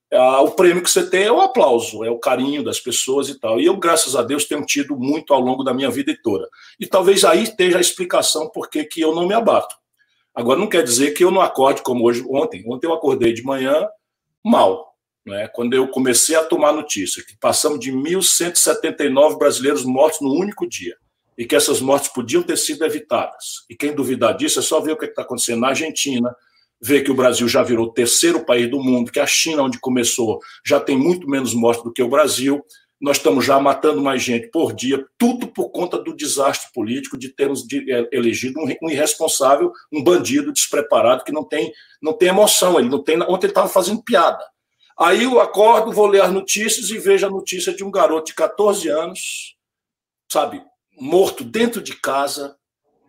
o prêmio que você tem é o aplauso, é o carinho das pessoas e tal. E eu, graças a Deus, tenho tido muito ao longo da minha vida toda. E talvez aí esteja a explicação por que eu não me abato. Agora, não quer dizer que eu não acorde como ontem. Ontem eu acordei de manhã mal, né? Quando eu comecei a tomar notícia que passamos de 1.179 brasileiros mortos no único dia e que essas mortes podiam ter sido evitadas. E quem duvidar disso é só ver o que está acontecendo na Argentina, ver que o Brasil já virou o terceiro país do mundo, que a China, onde começou, já tem muito menos mortes do que o Brasil. Nós estamos já matando mais gente por dia, tudo por conta do desastre político de termos elegido um irresponsável, um bandido despreparado que não tem emoção. Ontem ele estava fazendo piada. Aí eu acordo, vou ler as notícias e vejo a notícia de um garoto de 14 anos, sabe, morto dentro de casa,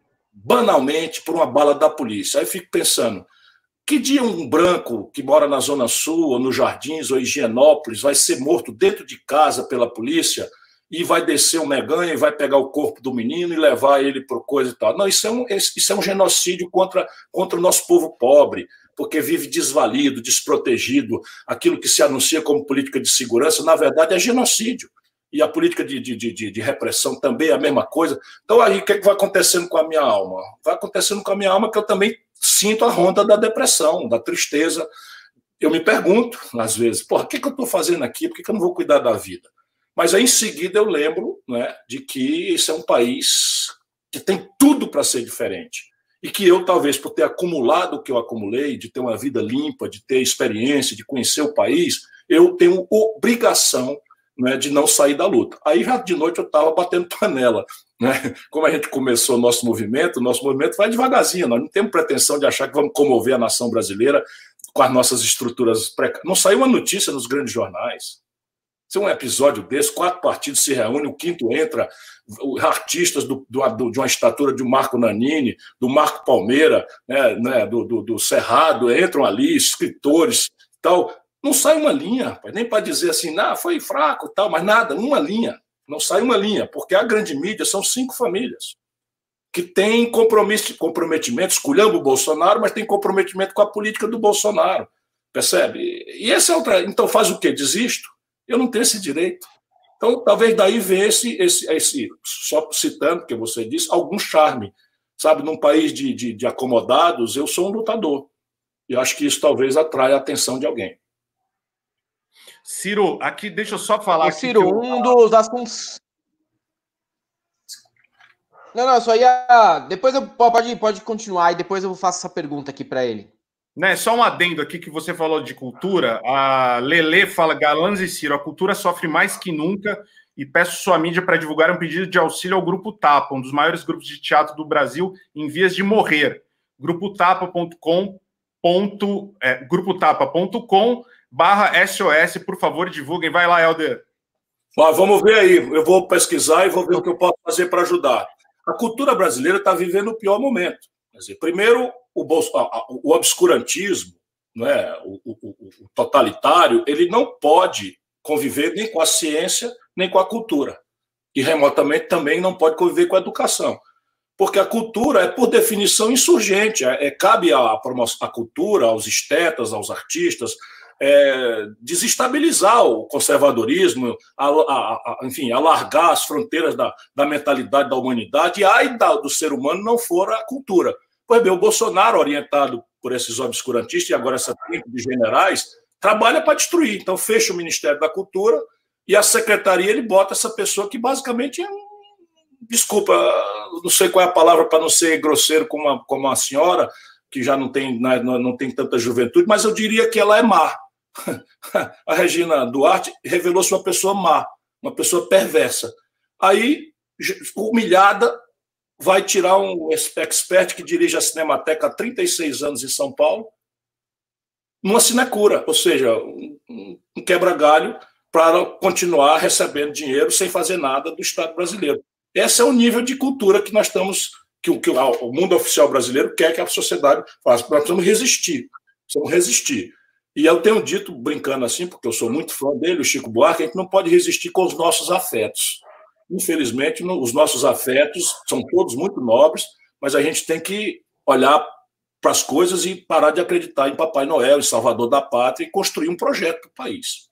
banalmente, por uma bala da polícia. Aí eu fico pensando, que dia um branco que mora na Zona Sul, ou nos Jardins, ou em Higienópolis, vai ser morto dentro de casa pela polícia e vai descer um Meganha e vai pegar o corpo do menino e levar ele para coisa e tal. Não, isso é um genocídio contra o nosso povo pobre, porque vive desvalido, desprotegido. Aquilo que se anuncia como política de segurança, na verdade, é genocídio. E a política de repressão também é a mesma coisa. Então, aí, o que vai acontecendo com a minha alma? Vai acontecendo com a minha alma que eu também sinto a ronda da depressão, da tristeza. Eu me pergunto, às vezes, o que eu estou fazendo aqui? Por que eu não vou cuidar da vida? Mas aí, em seguida, eu lembro, né, de que esse é um país que tem tudo para ser diferente. E que eu, talvez, por ter acumulado o que eu acumulei, de ter uma vida limpa, de ter experiência, de conhecer o país, eu tenho obrigação, né, de não sair da luta. Aí, já de noite, eu estava batendo panela. Né? Como a gente começou o nosso movimento vai devagarzinho. Nós não temos pretensão de achar que vamos comover a nação brasileira com as nossas estruturas precárias. Não saiu uma notícia nos grandes jornais. Se um episódio desse, 4 partidos se reúnem, o 5º entra, artistas de uma estatura de Marco Nanini, do Marco Palmeira, né, do Cerrado, entram ali, escritores, tal. Não sai uma linha, rapaz, nem para dizer assim, foi fraco, tal, mas nada, uma linha. Não sai uma linha, porque a grande mídia são 5 famílias que têm comprometimento, esculhamba o Bolsonaro, mas tem comprometimento com a política do Bolsonaro, percebe? E esse é outra. Então faz o quê? Desisto? Eu não tenho esse direito. Então, talvez daí venha esse só citando, que você disse, algum charme. Sabe, num país de acomodados, eu sou um lutador. E acho que isso talvez atraia a atenção de alguém. Ciro, aqui, deixa eu só falar. Ciro, dos assuntos. Não, só ia. Depois pode continuar e depois eu faço essa pergunta aqui para ele. Né, só um adendo aqui que você falou de cultura. A Lelê fala: Galãs e Ciro, a cultura sofre mais que nunca e peço sua mídia para divulgar um pedido de auxílio ao Grupo Tapa, um dos maiores grupos de teatro do Brasil em vias de morrer. grupotapa.com/SOS, por favor, divulguem. Vai lá, Helder. Vamos ver aí. Eu vou pesquisar e vou ver o que eu posso fazer para ajudar. A cultura brasileira está vivendo o pior momento. Quer dizer, primeiro, o obscurantismo, né, o totalitário, ele não pode conviver nem com a ciência, nem com a cultura. E remotamente também não pode conviver com a educação. Porque a cultura é, por definição, insurgente. Cabe à cultura, aos estetas, aos artistas, desestabilizar o conservadorismo, enfim, alargar as fronteiras da mentalidade da humanidade, e ai do ser humano não for a cultura. Pois bem, o Bolsonaro, orientado por esses obscurantistas e agora essa tribo de generais, trabalha para destruir. Então, fecha o Ministério da Cultura e a secretaria ele bota essa pessoa que basicamente desculpa, não sei qual é a palavra para não ser grosseiro como a senhora, que já não tem tanta juventude, mas eu diria que ela é má. A Regina Duarte revelou-se uma pessoa má, uma pessoa perversa. Aí, humilhada, vai tirar um expert que dirige a Cinemateca há 36 anos em São Paulo, numa sinecura, ou seja, um quebra-galho para continuar recebendo dinheiro sem fazer nada do Estado brasileiro. Esse é o nível de cultura que nós estamos, que o mundo oficial brasileiro quer que a sociedade faça. Nós precisamos resistir. E eu tenho dito, brincando assim, porque eu sou muito fã dele, o Chico Buarque, a gente não pode resistir com os nossos afetos. Infelizmente, os nossos afetos são todos muito nobres, mas a gente tem que olhar para as coisas e parar de acreditar em Papai Noel, em Salvador da Pátria, e construir um projeto para o país.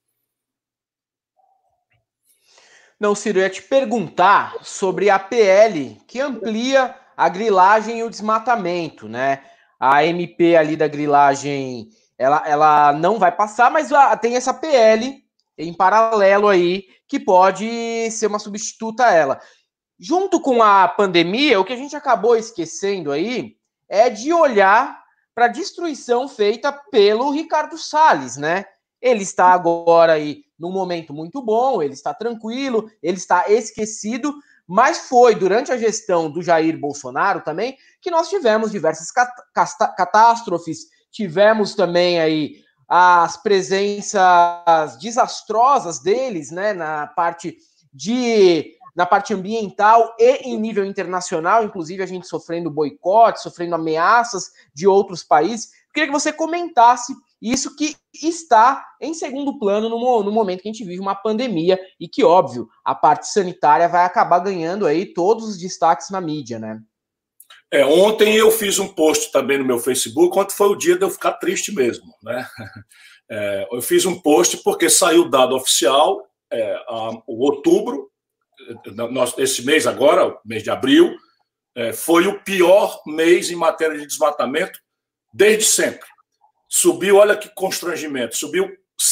Não, Ciro, eu ia te perguntar sobre a PL que amplia a grilagem e o desmatamento, né? A MP ali da grilagem, ela não vai passar, mas tem essa PL em paralelo aí, que pode ser uma substituta a ela. Junto com a pandemia, o que a gente acabou esquecendo aí é de olhar para a destruição feita pelo Ricardo Salles, né? Ele está agora aí num momento muito bom, ele está tranquilo, ele está esquecido, mas foi durante a gestão do Jair Bolsonaro também que nós tivemos diversas catástrofes, tivemos também aí as presenças desastrosas deles, né, na parte ambiental e em nível internacional, inclusive a gente sofrendo boicote, sofrendo ameaças de outros países. Eu queria que você comentasse Isso que está em segundo plano no momento que a gente vive uma pandemia e que, óbvio, a parte sanitária vai acabar ganhando aí todos os destaques na mídia, né? Ontem eu fiz um post também no meu Facebook, ontem foi o dia de eu ficar triste mesmo, né? Eu fiz um post porque saiu o dado oficial, o outubro, esse mês agora, mês de abril, foi o pior mês em matéria de desmatamento desde sempre. Subiu, olha que constrangimento, subiu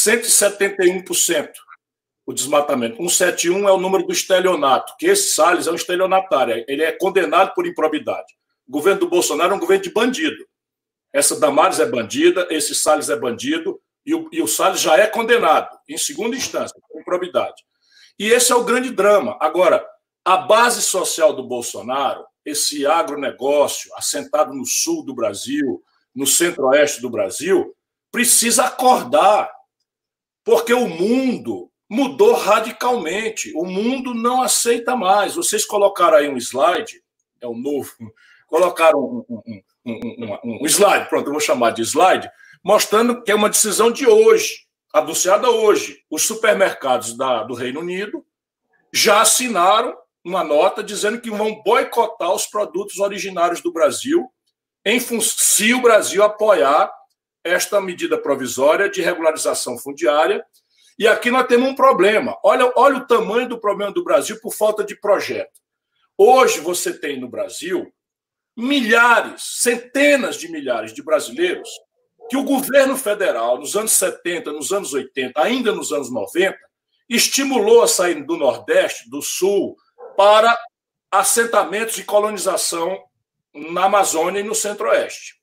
171% o desmatamento. 171 é o número do estelionato, que esse Salles é um estelionatário, ele é condenado por improbidade. O governo do Bolsonaro é um governo de bandido. Essa Damares é bandida, esse Salles é bandido, e o Salles já é condenado, em segunda instância, por improbidade. E esse é o grande drama. Agora, a base social do Bolsonaro, esse agronegócio assentado no sul do Brasil, no centro-oeste do Brasil, precisa acordar, porque o mundo mudou radicalmente. O mundo não aceita mais. Vocês colocaram aí um slide, é o novo, colocaram um slide, pronto, eu vou chamar de slide, mostrando que é uma decisão de hoje, anunciada hoje. Os supermercados do Reino Unido já assinaram uma nota dizendo que vão boicotar os produtos originários do Brasil se o Brasil apoiar esta medida provisória de regularização fundiária. E aqui nós temos um problema. Olha o tamanho do problema do Brasil por falta de projeto. Hoje você tem no Brasil milhares, centenas de milhares de brasileiros que o governo federal, nos anos 70, nos anos 80, ainda nos anos 90, estimulou a sair do Nordeste, do Sul, para assentamentos de colonização na Amazônia e no Centro-Oeste.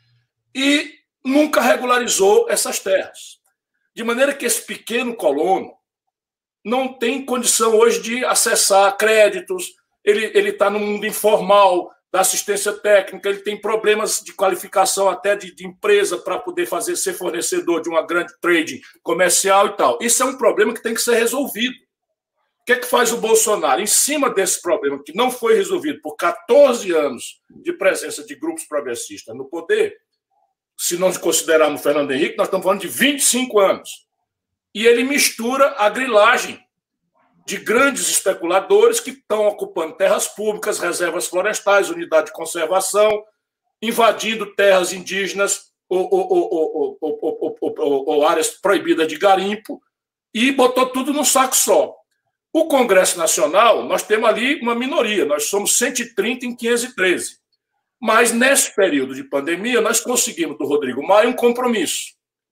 E nunca regularizou essas terras. De maneira que esse pequeno colono não tem condição hoje de acessar créditos, ele está no mundo informal da assistência técnica, ele tem problemas de qualificação até de empresa para poder ser fornecedor de uma grande trading comercial e tal. Isso é um problema que tem que ser resolvido. O que é que faz o Bolsonaro? Em cima desse problema que não foi resolvido por 14 anos de presença de grupos progressistas no poder, se não considerarmos o Fernando Henrique, nós estamos falando de 25 anos. E ele mistura a grilagem de grandes especuladores que estão ocupando terras públicas, reservas florestais, unidade de conservação, invadindo terras indígenas ou áreas proibidas de garimpo, e botou tudo num saco só. O Congresso Nacional, nós temos ali uma minoria, nós somos 130 em 513. Mas, nesse período de pandemia, nós conseguimos do Rodrigo Maia um compromisso.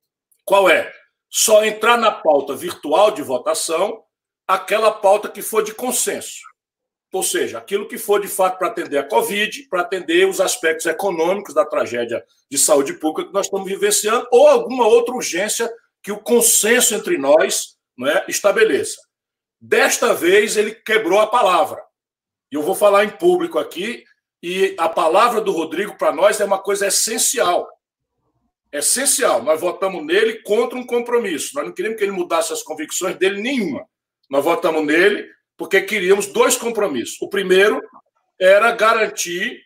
Qual é? Só entrar na pauta virtual de votação aquela pauta que for de consenso. Ou seja, aquilo que for, de fato, para atender a Covid, para atender os aspectos econômicos da tragédia de saúde pública que nós estamos vivenciando, ou alguma outra urgência que o consenso entre nós, estabeleça. Desta vez, ele quebrou a palavra. E eu vou falar em público aqui, e a palavra do Rodrigo, para nós, é uma coisa essencial. Essencial. Nós votamos nele contra um compromisso. Nós não queríamos que ele mudasse as convicções dele nenhuma. Nós votamos nele porque queríamos 2 compromissos. O primeiro era garantir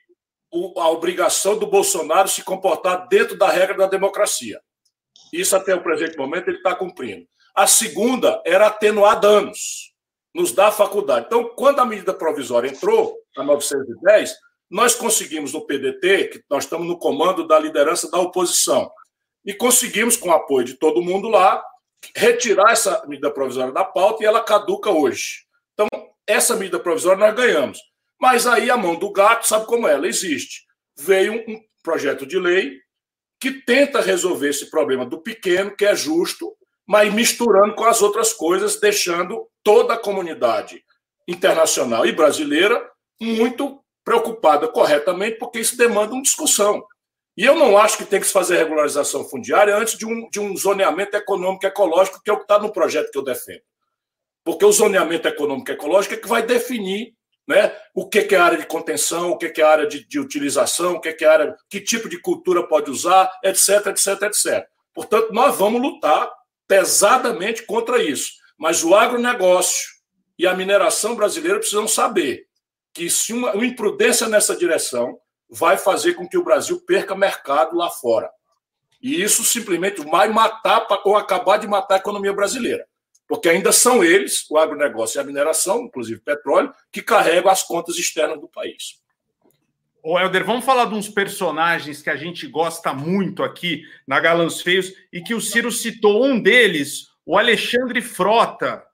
a obrigação do Bolsonaro se comportar dentro da regra da democracia. Isso, até o presente momento, ele está cumprindo. A segunda era atenuar danos, nos dar faculdade. Então, quando a medida provisória entrou, a 910, nós conseguimos no PDT, que nós estamos no comando da liderança da oposição, e conseguimos, com o apoio de todo mundo lá, retirar essa medida provisória da pauta e ela caduca hoje. Então, essa medida provisória nós ganhamos. Mas aí a mão do gato, sabe como ela existe? Veio um projeto de lei que tenta resolver esse problema do pequeno, que é justo, mas misturando com as outras coisas, deixando toda a comunidade internacional e brasileira muito preocupada corretamente, porque isso demanda uma discussão. E eu não acho que tem que se fazer regularização fundiária antes de um zoneamento econômico e ecológico, que é o que está no projeto que eu defendo. Porque o zoneamento econômico e ecológico é que vai definir, o que é área de contenção, o que é área de utilização, o que é área, que tipo de cultura pode usar, etc, etc, etc. Portanto, nós vamos lutar pesadamente contra isso. Mas o agronegócio e a mineração brasileira precisam saber que se uma imprudência nessa direção vai fazer com que o Brasil perca mercado lá fora. E isso simplesmente vai matar ou acabar de matar a economia brasileira. Porque ainda são eles, o agronegócio e a mineração, inclusive petróleo, que carregam as contas externas do país. Ô, Helder, vamos falar de uns personagens que a gente gosta muito aqui na Galãs Feios e que o Ciro citou. Um deles, o Alexandre Frota.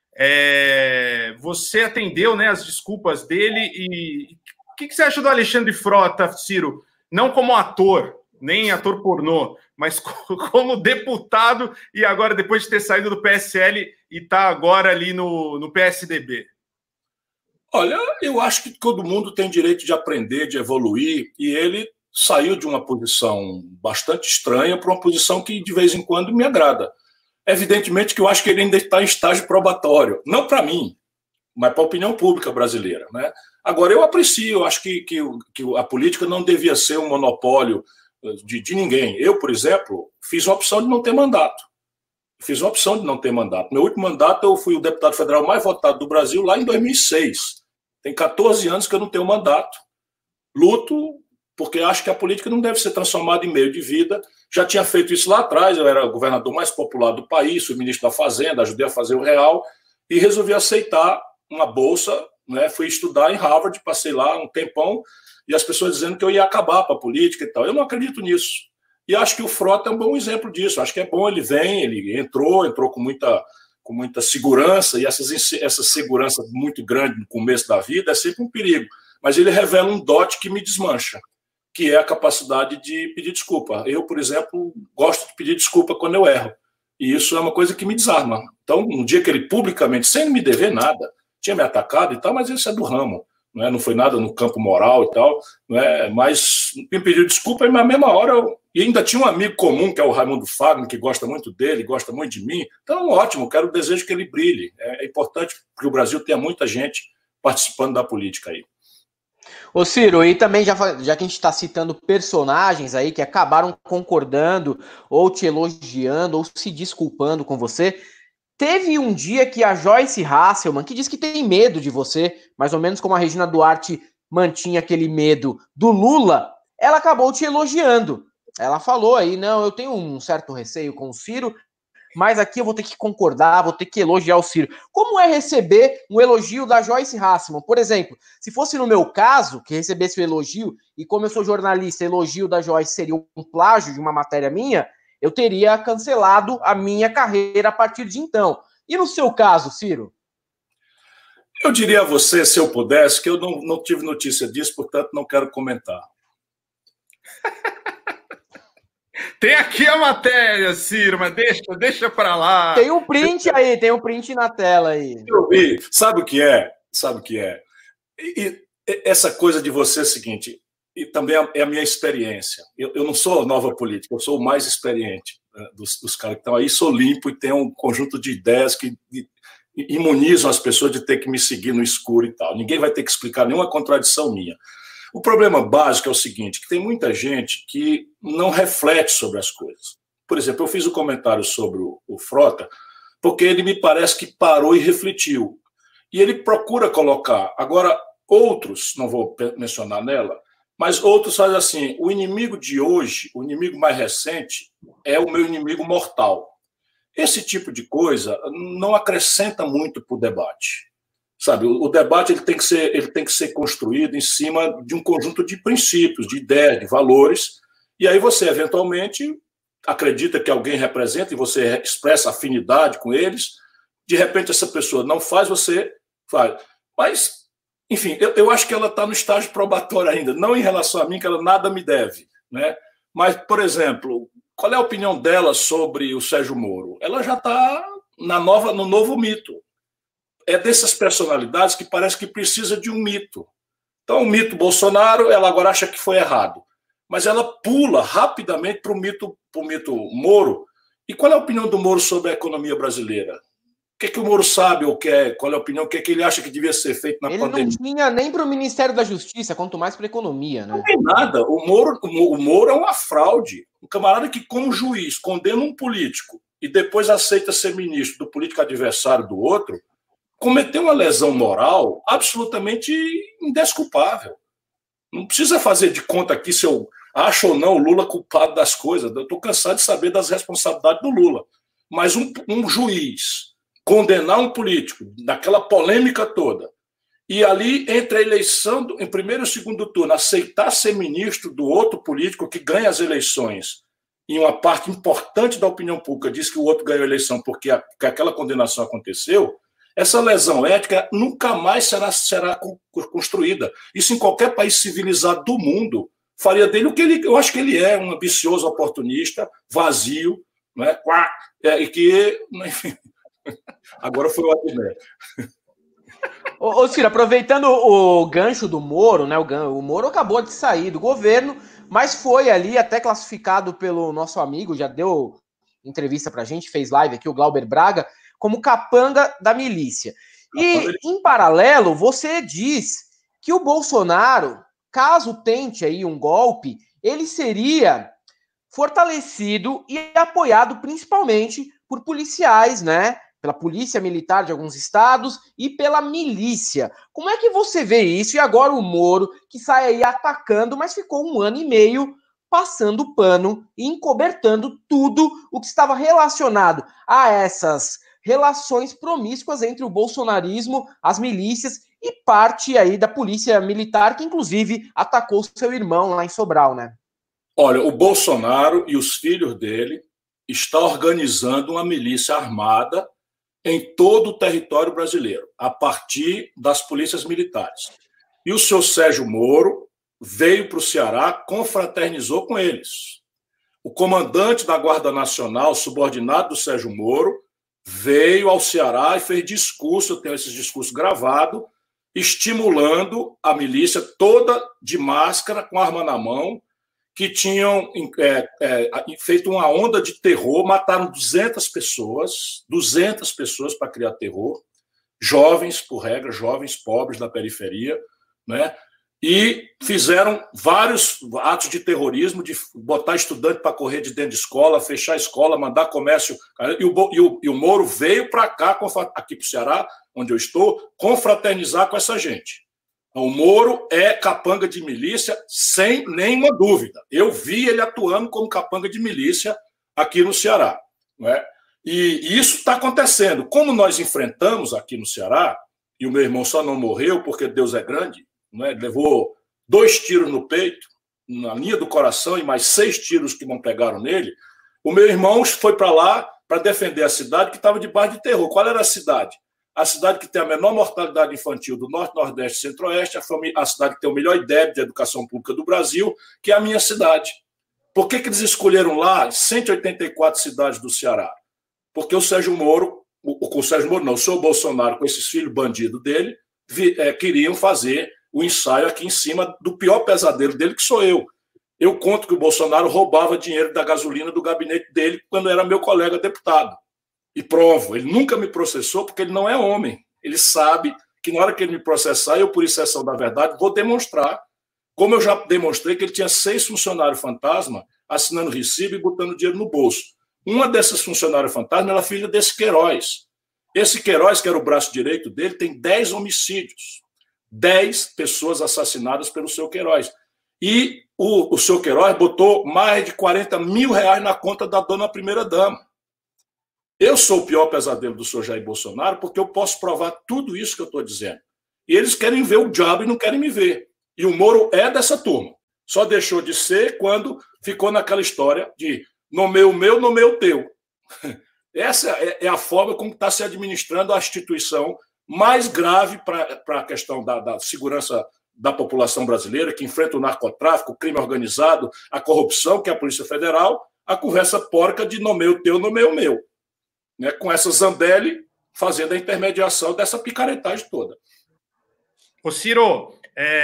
Você atendeu, né, as desculpas dele. E o que você acha do Alexandre Frota, Ciro? Não como ator, nem ator pornô, mas como deputado e agora, depois de ter saído do PSL e está agora ali no PSDB. Olha, eu acho que todo mundo tem direito de aprender, de evoluir, e ele saiu de uma posição bastante estranha para uma posição que de vez em quando me agrada. Evidentemente que eu acho que ele ainda está em estágio probatório, não para mim, mas para a opinião pública brasileira, né? Agora, eu aprecio, eu acho que a política não devia ser um monopólio de ninguém. Eu, por exemplo, fiz a opção de não ter mandato. Meu último mandato, eu fui o deputado federal mais votado do Brasil lá em 2006. Tem 14 anos que eu não tenho mandato. Luto porque acho que a política não deve ser transformada em meio de vida. Já tinha feito isso lá atrás, eu era o governador mais popular do país, fui ministro da Fazenda, ajudei a fazer o real e resolvi aceitar uma bolsa, né? Fui estudar em Harvard, passei lá um tempão e as pessoas dizendo que eu ia acabar para a política e tal. Eu não acredito nisso. E acho que o Frota é um bom exemplo disso. Acho que é bom, ele entrou com muita segurança, e essa segurança muito grande no começo da vida é sempre um perigo. Mas ele revela um dote que me desmancha, que é a capacidade de pedir desculpa. Eu, por exemplo, gosto de pedir desculpa quando eu erro. E isso é uma coisa que me desarma. Então, um dia que ele publicamente, sem me dever nada, tinha me atacado e tal, mas isso é do ramo. Não foi nada no campo moral e tal, mas me pediu desculpa e na mesma hora e ainda tinha um amigo comum, que é o Raimundo Fagner, que gosta muito dele, gosta muito de mim. Então, ótimo, desejo que ele brilhe. É importante que o Brasil tenha muita gente participando da política aí. Ô Ciro, e também já que a gente está citando personagens aí que acabaram concordando ou te elogiando ou se desculpando com você, teve um dia que a Joyce Hasselman, que diz que tem medo de você, mais ou menos como a Regina Duarte mantinha aquele medo do Lula, ela acabou te elogiando. Ela falou aí, não, eu tenho um certo receio com o Ciro, mas aqui eu vou ter que concordar, vou ter que elogiar o Ciro. Como é receber um elogio da Joyce Hasselman? Por exemplo, se fosse no meu caso, que recebesse o elogio, e como eu sou jornalista, elogio da Joyce seria um plágio de uma matéria minha, eu teria cancelado a minha carreira a partir de então. E no seu caso, Ciro? Eu diria a você, se eu pudesse, que eu não tive notícia disso, portanto não quero comentar. Tem aqui a matéria, Ciro, mas deixa para lá. Tem um print aí, tem um print na tela aí. Eu vi. Sabe o que é? E essa coisa de você é o seguinte, e também é a minha experiência. Eu não sou nova política, eu sou o mais experiente dos caras que estão aí, sou limpo e tenho um conjunto de ideias que imunizam as pessoas de ter que me seguir no escuro e tal. Ninguém vai ter que explicar nenhuma contradição minha. O problema básico é o seguinte, que tem muita gente que não reflete sobre as coisas. Por exemplo, eu fiz um comentário sobre o Frota, porque ele me parece que parou e refletiu. E ele procura colocar. Agora, outros, não vou mencionar nela, mas outros fazem assim, o inimigo de hoje, o inimigo mais recente, é o meu inimigo mortal. Esse tipo de coisa não acrescenta muito para o debate. Sabe, o debate ele tem que ser construído em cima de um conjunto de princípios, de ideias, de valores, e aí você, eventualmente, acredita que alguém representa e você expressa afinidade com eles, de repente essa pessoa não faz, você faz. Mas, enfim, eu acho que ela está no estágio probatório ainda, não em relação a mim, que ela nada me deve, né? Mas, por exemplo, qual é a opinião dela sobre o Sérgio Moro? Ela já está no novo mito. É dessas personalidades que parece que precisa de um mito. Então, o mito Bolsonaro, ela agora acha que foi errado. Mas ela pula rapidamente para o mito Moro. E qual é a opinião do Moro sobre a economia brasileira? O que o Moro sabe ou quer? Qual é a opinião? O que ele acha que devia ser feito na pandemia? Ele não tinha nem para o Ministério da Justiça, quanto mais para a economia, né? Não tem nada. O Moro é uma fraude. Um camarada que, como juiz, condena um político e depois aceita ser ministro do político adversário do outro, cometeu uma lesão moral absolutamente indesculpável. Não precisa fazer de conta aqui se eu acho ou não o Lula culpado das coisas, eu estou cansado de saber das responsabilidades do Lula. Mas um juiz condenar um político naquela polêmica toda, e ali, entre a eleição, em primeiro e segundo turno, aceitar ser ministro do outro político que ganha as eleições, e uma parte importante da opinião pública diz que o outro ganhou a eleição porque aquela condenação aconteceu, essa lesão ética nunca mais será construída. Isso em qualquer país civilizado do mundo faria dele o que ele... Eu acho que ele é um ambicioso oportunista, vazio, né? E que... Enfim, agora foi o Adnet. Ô Ciro, aproveitando o gancho do Moro, né? O Moro acabou de sair do governo, mas foi ali até classificado pelo nosso amigo, já deu entrevista pra gente, fez live aqui, o Glauber Braga, como capanga da milícia. E, em paralelo, você diz que o Bolsonaro, caso tente aí um golpe, ele seria fortalecido e apoiado principalmente por policiais, né? Pela polícia militar de alguns estados e pela milícia. Como é que você vê isso? E agora o Moro, que sai aí atacando, mas ficou 1 ano e meio passando pano e encobertando tudo o que estava relacionado a essas relações promíscuas entre o bolsonarismo, as milícias e parte aí da polícia militar, que inclusive atacou seu irmão lá em Sobral, né? Olha, o Bolsonaro e os filhos dele estão organizando uma milícia armada em todo o território brasileiro, a partir das polícias militares. E o senhor Sérgio Moro veio para o Ceará, confraternizou com eles. O comandante da Guarda Nacional, subordinado do Sérgio Moro, veio ao Ceará e fez discurso, eu tenho esses discursos gravados, estimulando a milícia toda de máscara, com arma na mão, que tinham feito uma onda de terror, mataram 200 pessoas para criar terror, jovens, por regra, jovens pobres da periferia, né? E fizeram vários atos de terrorismo, de botar estudante para correr de dentro de escola, fechar a escola, mandar comércio. E o Moro veio para cá, aqui para o Ceará, onde eu estou, confraternizar com essa gente. O Moro é capanga de milícia, sem nenhuma dúvida. Eu vi ele atuando como capanga de milícia aqui no Ceará. Não é? E isso está acontecendo. Como nós enfrentamos aqui no Ceará, e o meu irmão só não morreu porque Deus é grande, não é? Levou 2 tiros no peito, na linha do coração, e mais 6 tiros que não pegaram nele, o meu irmão foi para lá para defender a cidade que estava debaixo de terror. Qual era a cidade? A cidade que tem a menor mortalidade infantil do Norte, Nordeste e Centro-Oeste, a cidade que tem o melhor IDEB de educação pública do Brasil, que é a minha cidade. Por que eles escolheram lá 184 cidades do Ceará? Porque o Sérgio Moro, o senhor Bolsonaro, com esses filhos bandidos dele, queriam fazer o ensaio aqui em cima do pior pesadelo dele, que sou eu. Eu conto que o Bolsonaro roubava dinheiro da gasolina do gabinete dele quando era meu colega deputado. E provo, ele nunca me processou porque ele não é homem. Ele sabe que na hora que ele me processar, eu, por exceção da verdade, vou demonstrar, como eu já demonstrei, que ele tinha 6 funcionários fantasma assinando recibo e botando dinheiro no bolso. Uma dessas funcionários fantasma era filha desse Queiroz. Esse Queiroz, que era o braço direito dele, tem 10 homicídios. 10 pessoas assassinadas pelo seu Queiroz. E o seu Queiroz botou mais de 40 mil reais na conta da dona primeira-dama. Eu sou o pior pesadelo do senhor Jair Bolsonaro porque eu posso provar tudo isso que eu estou dizendo. E eles querem ver o diabo e não querem me ver. E o Moro é dessa turma. Só deixou de ser quando ficou naquela história de nomeio o meu, nomeio o teu. Essa é a forma como está se administrando a instituição mais grave para a questão da segurança da população brasileira, que enfrenta o narcotráfico, o crime organizado, a corrupção, que é a Polícia Federal, a conversa porca de nomeio o teu, nomeio o meu. Né, com essa Zambelli fazendo a intermediação dessa picaretagem toda. Ô Ciro,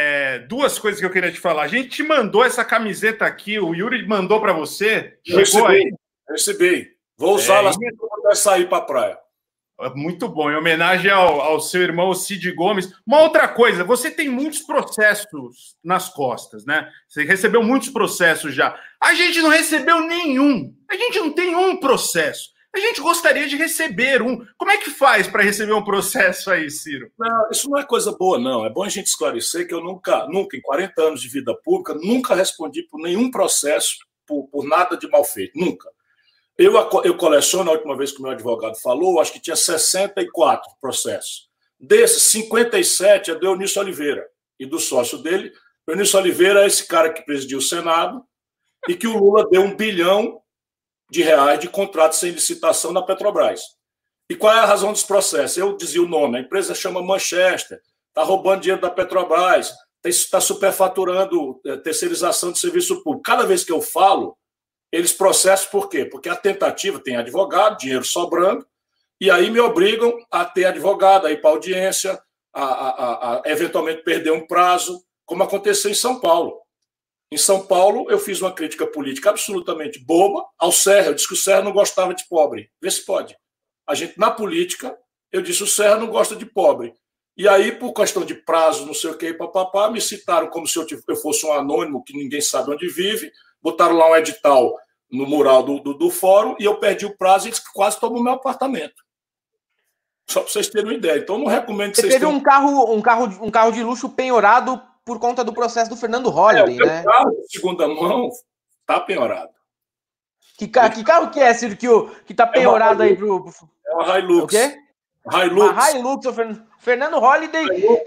2 coisas que eu queria te falar. A gente te mandou essa camiseta aqui, o Yuri mandou para você. Chegou aí? Recebi. Vou usá-la assim quando eu sair para a praia. Muito bom, em homenagem ao seu irmão Cid Gomes. Uma outra coisa, você tem muitos processos nas costas, né? Você recebeu muitos processos já. A gente não recebeu nenhum. A gente não tem um processo. A gente gostaria de receber um. Como é que faz para receber um processo aí, Ciro? Não, isso não é coisa boa, não. É bom a gente esclarecer que eu nunca, em 40 anos de vida pública, nunca respondi por nenhum processo, por nada de mal feito. Nunca. Eu coleciono, a última vez que o meu advogado falou, acho que tinha 64 processos. Desses, 57 é do Eunício Oliveira e do sócio dele. O Eunício Oliveira é esse cara que presidiu o Senado e que o Lula deu R$1 bilhão de contratos sem licitação na Petrobras. E qual é a razão dos processos? Eu dizia o nome, a empresa chama Manchester, está roubando dinheiro da Petrobras, está superfaturando terceirização de serviço público. Cada vez que eu falo, eles processam por quê? Porque a tentativa tem advogado, dinheiro sobrando, e aí me obrigam a ter advogado, a ir para audiência, a eventualmente perder um prazo, como aconteceu em São Paulo. Em São Paulo, eu fiz uma crítica política absolutamente boba ao Serra. Eu disse que o Serra não gostava de pobre. Vê se pode. A gente, na política, eu disse que o Serra não gosta de pobre. E aí, por questão de prazo, não sei o que, papapá, me citaram como se eu fosse um anônimo que ninguém sabe onde vive, botaram lá um edital no mural do fórum e eu perdi o prazo e eles quase tomam meu apartamento. Só para vocês terem uma ideia. Então, eu não recomendo que vocês tenham... um carro de luxo penhorado por conta do processo do Fernando Holliday, né? O carro de segunda mão está penhorado. Que carro que é, Ciro, que tá penhorado aí pro... É uma Hilux. O quê? Hilux. Uma Hilux, o Fernando Holliday... Hilux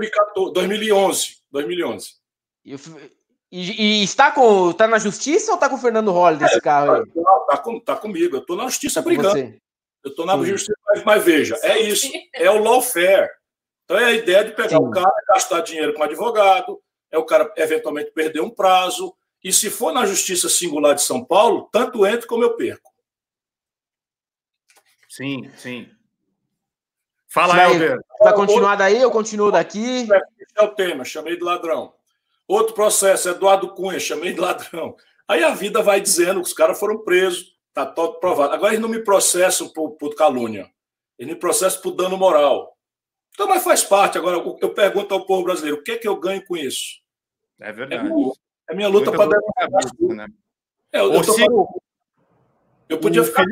2011. E tá na justiça ou tá com o Fernando Holliday esse carro aí? Tá comigo. Eu tô na justiça brigando. Eu tô na justiça, mas veja, é isso. É o lawfare. Então é a ideia de pegar o cara, gastar dinheiro com advogado, é o cara eventualmente perder um prazo, e se for na Justiça Singular de São Paulo, tanto entro como eu perco. Sim. Fala, Helder. Vai continuar daí, eu continuo daqui. É o tema, chamei de ladrão. Outro processo, Eduardo Cunha, chamei de ladrão. Aí a vida vai dizendo que os caras foram presos, tá todo provado. Agora eles não me processam por calúnia, eles me processam por dano moral. Então, mas faz parte. Agora, eu pergunto ao povo brasileiro, o que é que eu ganho com isso? É verdade. É minha luta para demonstrar. Né? Eu podia ficar...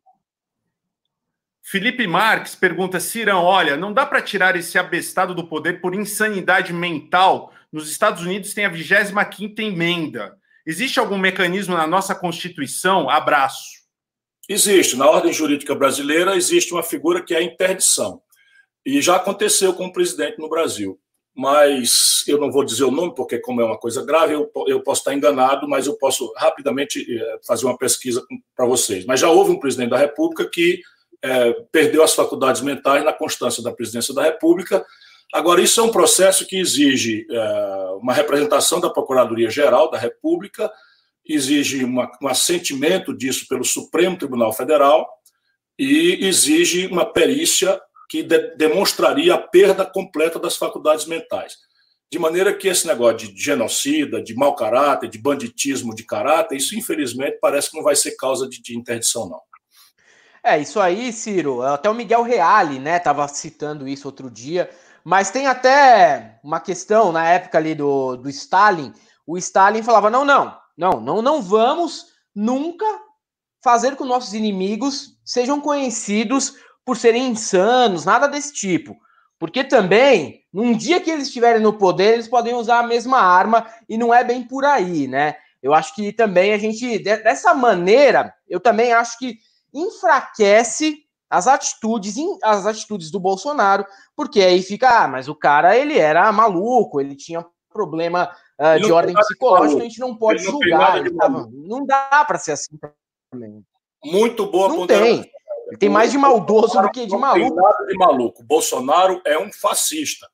Felipe Marques pergunta, Cirão, olha, não dá para tirar esse abestado do poder por insanidade mental? Nos Estados Unidos tem a 25ª emenda. Existe algum mecanismo na nossa Constituição? Abraço. Existe. Na ordem jurídica brasileira existe uma figura que é a interdição. E já aconteceu com o presidente no Brasil. Mas eu não vou dizer o nome, porque como é uma coisa grave, eu posso estar enganado, mas eu posso rapidamente fazer uma pesquisa para vocês. Mas já houve um presidente da República que perdeu as faculdades mentais na constância da presidência da República. Agora, isso é um processo que exige uma representação da Procuradoria-Geral da República, exige um assentimento disso pelo Supremo Tribunal Federal e exige uma perícia que demonstraria a perda completa das faculdades mentais. De maneira que esse negócio de genocida, de mau caráter, de banditismo de caráter, isso, infelizmente, parece que não vai ser causa de interdição, não. Isso aí, Ciro, até o Miguel Reale, né, estava citando isso outro dia, mas tem até uma questão, na época ali do Stalin, o Stalin falava, não vamos nunca fazer com que nossos inimigos sejam conhecidos por serem insanos, nada desse tipo. Porque também, num dia que eles estiverem no poder, eles podem usar a mesma arma e não é bem por aí, né? Eu acho que também a gente, dessa maneira, eu também acho que enfraquece as atitudes do Bolsonaro, porque aí fica, mas o cara, ele era maluco, ele tinha problema de ordem psicológica, a gente não pode julgar. Não dá para ser assim também. Muito boa não tem. Ele tem mais de maldoso do que de maluco. Não tem nada de maluco. Bolsonaro é um fascista.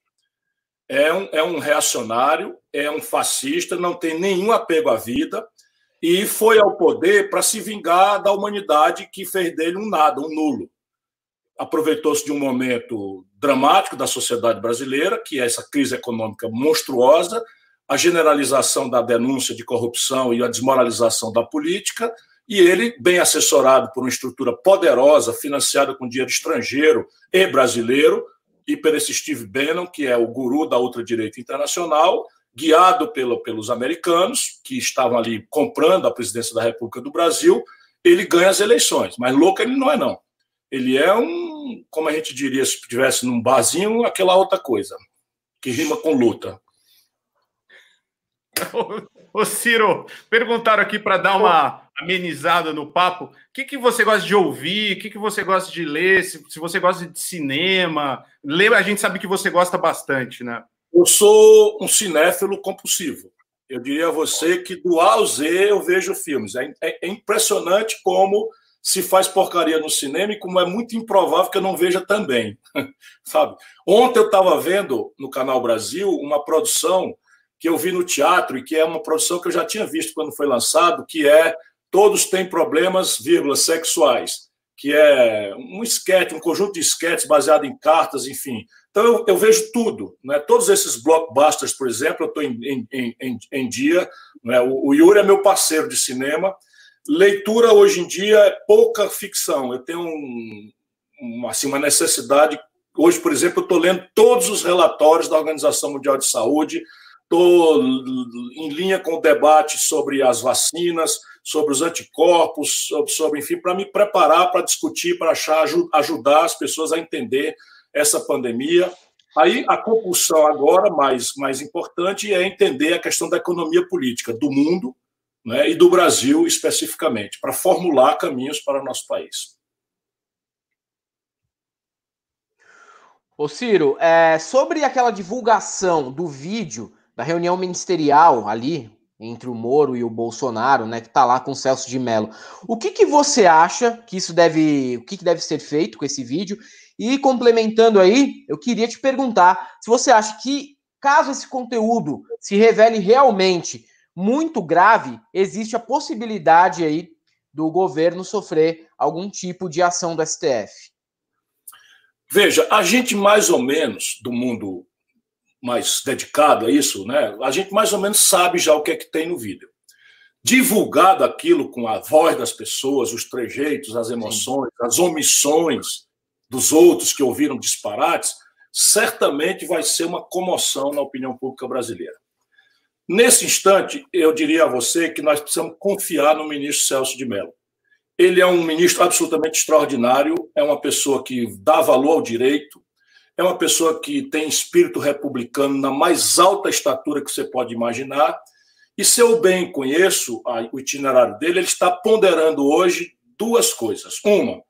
É um reacionário, é um fascista, não tem nenhum apego à vida e foi ao poder para se vingar da humanidade que fez dele um nada, um nulo. Aproveitou-se de um momento dramático da sociedade brasileira, que é essa crise econômica monstruosa, a generalização da denúncia de corrupção e a desmoralização da política, e ele, bem assessorado por uma estrutura poderosa, financiada com dinheiro estrangeiro e brasileiro, e por esse Steve Bannon, que é o guru da ultradireita internacional, guiado pelos americanos, que estavam ali comprando a presidência da República do Brasil, ele ganha as eleições. Mas louco ele não é, não. Ele é como a gente diria se estivesse num barzinho, aquela outra coisa, que rima com luta. Ô Ciro, perguntaram aqui para dar uma amenizada no papo. O que você gosta de ouvir? O que você gosta de ler? Se você gosta de cinema. Ler, a gente sabe que você gosta bastante, né? Eu sou um cinéfilo compulsivo. Eu diria a você que do A ao Z eu vejo filmes. É impressionante como se faz porcaria no cinema e como é muito improvável que eu não veja também. Sabe? Ontem eu estava vendo no Canal Brasil uma produção que eu vi no teatro e que é uma produção que eu já tinha visto quando foi lançado, que é Todos Têm Problemas, sexuais, que é um esquete, um conjunto de esquetes baseado em cartas, enfim. Então eu vejo tudo, né? Todos esses blockbusters, por exemplo, eu estou em dia, né? O Yuri é meu parceiro de cinema. Leitura hoje em dia é pouca ficção. Eu tenho uma necessidade. Hoje, por exemplo, eu estou lendo todos os relatórios da Organização Mundial de Saúde, estou em linha com o debate sobre as vacinas, sobre os anticorpos, sobre enfim, para me preparar para discutir, para ajudar as pessoas a entender essa pandemia. Aí a compulsão agora, mais importante, é entender a questão da economia política do mundo, né, e do Brasil especificamente, para formular caminhos para o nosso país. Ô Ciro, sobre aquela divulgação do vídeo da reunião ministerial ali, entre o Moro e o Bolsonaro, né, que tá lá com o Celso de Mello. O que você acha que isso o que deve ser feito com esse vídeo? E complementando aí, eu queria te perguntar se você acha que, caso esse conteúdo se revele realmente muito grave, existe a possibilidade aí do governo sofrer algum tipo de ação do STF. Veja, a gente mais ou menos do mundo mais dedicado a isso, né? A gente mais ou menos sabe já o que é que tem no vídeo. Divulgado aquilo com a voz das pessoas, os trejeitos, as emoções, as omissões dos outros que ouviram disparates, certamente vai ser uma comoção na opinião pública brasileira. Nesse instante, eu diria a você que nós precisamos confiar no ministro Celso de Mello. Ele é um ministro absolutamente extraordinário, é uma pessoa que dá valor ao direito, é uma pessoa que tem espírito republicano na mais alta estatura que você pode imaginar, e se eu bem conheço o itinerário dele, ele está ponderando hoje duas coisas. Uma,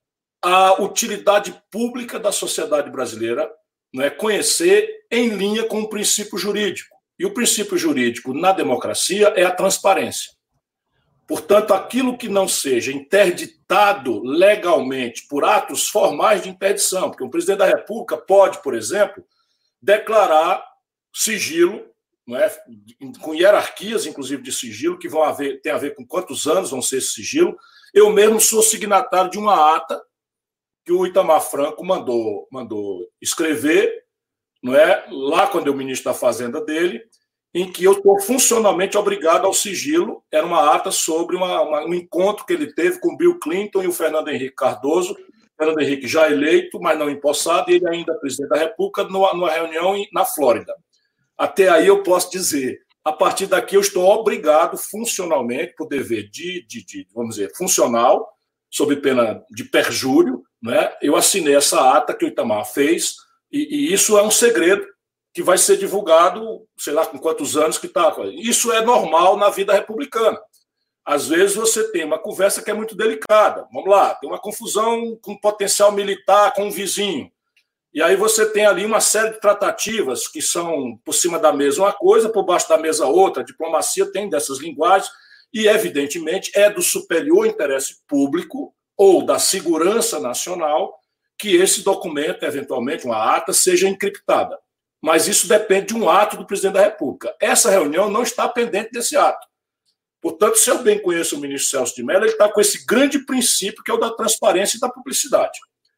a utilidade pública da sociedade brasileira, não é, conhecer em linha com o princípio jurídico. E o princípio jurídico na democracia é a transparência. Portanto, aquilo que não seja interditado legalmente por atos formais de interdição, porque o presidente da República pode, por exemplo, declarar sigilo, não é, com hierarquias, inclusive, de sigilo, que tem a ver com quantos anos vão ser esse sigilo. Eu mesmo sou signatário de uma ata que o Itamar Franco mandou escrever, não é, lá quando eu ministro da Fazenda dele, em que eu estou funcionalmente obrigado ao sigilo. Era uma ata sobre um encontro que ele teve com Bill Clinton e o Fernando Henrique Cardoso, Fernando Henrique já eleito, mas não empossado, e ele ainda presidente da República, numa reunião na Flórida. Até aí eu posso dizer, a partir daqui eu estou obrigado funcionalmente, por dever vamos dizer, funcional, sob pena de perjúrio, né? Eu assinei essa ata que o Itamar fez, e isso é um segredo que vai ser divulgado, sei lá com quantos anos que está. Isso é normal na vida republicana. Às vezes você tem uma conversa que é muito delicada. Vamos lá, tem uma confusão com potencial militar com um vizinho. E aí você tem ali uma série de tratativas que são por cima da mesa uma coisa, por baixo da mesa outra. A diplomacia tem dessas linguagens e, evidentemente, é do superior interesse público ou da segurança nacional que esse documento, eventualmente uma ata, seja encriptada. Mas isso depende de um ato do presidente da República. Essa reunião não está pendente desse ato. Portanto, se eu bem conheço o ministro Celso de Mello, ele está com esse grande princípio que é o da transparência e da publicidade.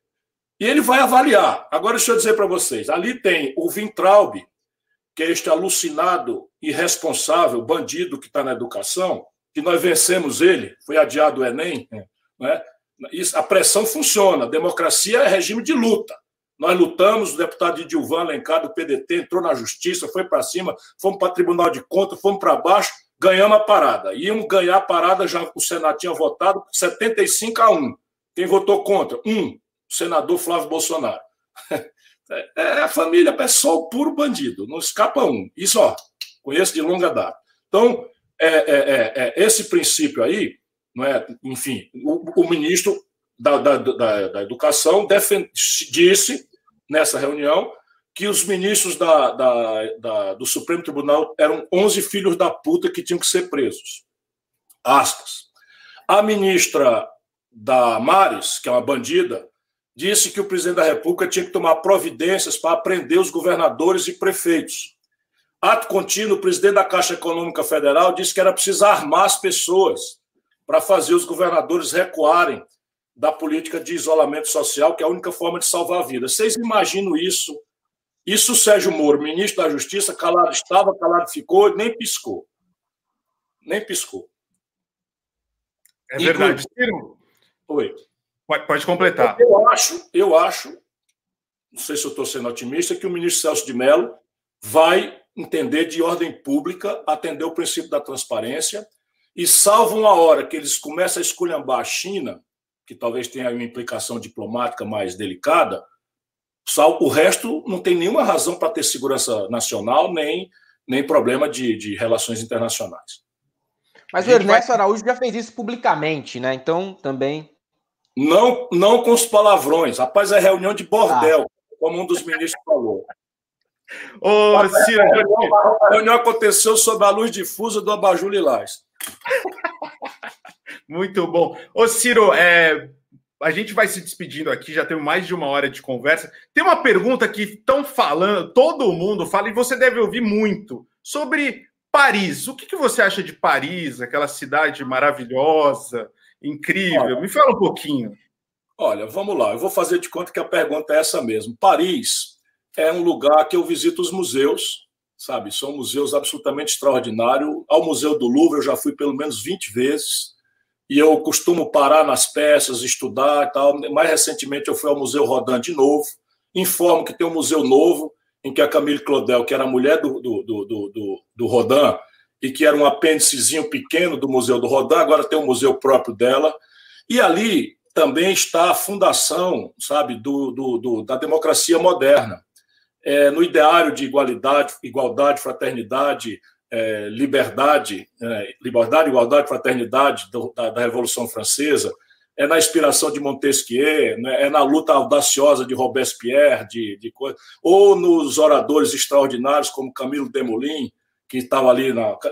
E ele vai avaliar. Agora, deixa eu dizer para vocês, ali tem o Weintraub, que é este alucinado, irresponsável, bandido que está na educação, que nós vencemos ele, foi adiado o Enem, né? A pressão funciona, a democracia é regime de luta. Nós lutamos, o deputado Edilvan Alencar, do PDT, entrou na justiça, foi para cima, fomos para o Tribunal de Contas, fomos para baixo, ganhamos a parada. Íamos ganhar a parada, já o Senado tinha votado 75-1. Quem votou contra? O senador Flávio Bolsonaro. É a família, é só o puro bandido, não escapa um. Isso, conheço de longa data. Então, esse princípio aí, não é? Enfim, o ministro da Educação disse nessa reunião que os ministros do Supremo Tribunal eram 11 filhos da puta que tinham que ser presos. Aspas. A ministra Damares, que é uma bandida, disse que o presidente da República tinha que tomar providências para prender os governadores e prefeitos. Ato contínuo, o presidente da Caixa Econômica Federal disse que era preciso armar as pessoas para fazer os governadores recuarem da política de isolamento social, que é a única forma de salvar a vida. Vocês imaginam isso? Isso o Sérgio Moro, ministro da Justiça, calado estava, calado ficou, nem piscou. Nem piscou. É verdade. Ciro? Oi. Pode completar. Eu acho, não sei se eu estou sendo otimista, que o ministro Celso de Mello vai entender de ordem pública, atender o princípio da transparência, e salvo uma hora que eles começam a esculhambar a China, que talvez tenha uma implicação diplomática mais delicada, o resto não tem nenhuma razão para ter segurança nacional, nem problema de relações internacionais. Mas o Ernesto Araújo já fez isso publicamente, né? Então, também... Não com os palavrões. Rapaz, é reunião de bordel, como um dos ministros falou. Ô, Ciro, a reunião aconteceu sob a luz difusa do abajur lilás. Muito bom. Ô, Ciro, a gente vai se despedindo aqui, já temos mais de uma hora de conversa. Tem uma pergunta que estão falando, todo mundo fala, e você deve ouvir muito, sobre Paris. O que você acha de Paris, aquela cidade maravilhosa, incrível? Me fala um pouquinho. Olha, vamos lá. Eu vou fazer de conta que a pergunta é essa mesmo. Paris é um lugar que eu visito os museus, sabe? São museus absolutamente extraordinários. Ao Museu do Louvre eu já fui pelo menos 20 vezes e eu costumo parar nas peças, estudar e tal. Mais recentemente eu fui ao Museu Rodin de novo. Informo que tem um museu novo em que a Camille Claudel, que era a mulher do Rodin e que era um apêndicezinho pequeno do Museu do Rodin, agora tem um museu próprio dela. E ali também está a fundação, sabe, da democracia moderna. No ideário de igualdade, fraternidade, liberdade, igualdade, fraternidade da Revolução Francesa, na inspiração de Montesquieu, na luta audaciosa de Robespierre, ou nos oradores extraordinários como Camilo Desmoulins, que estava ali.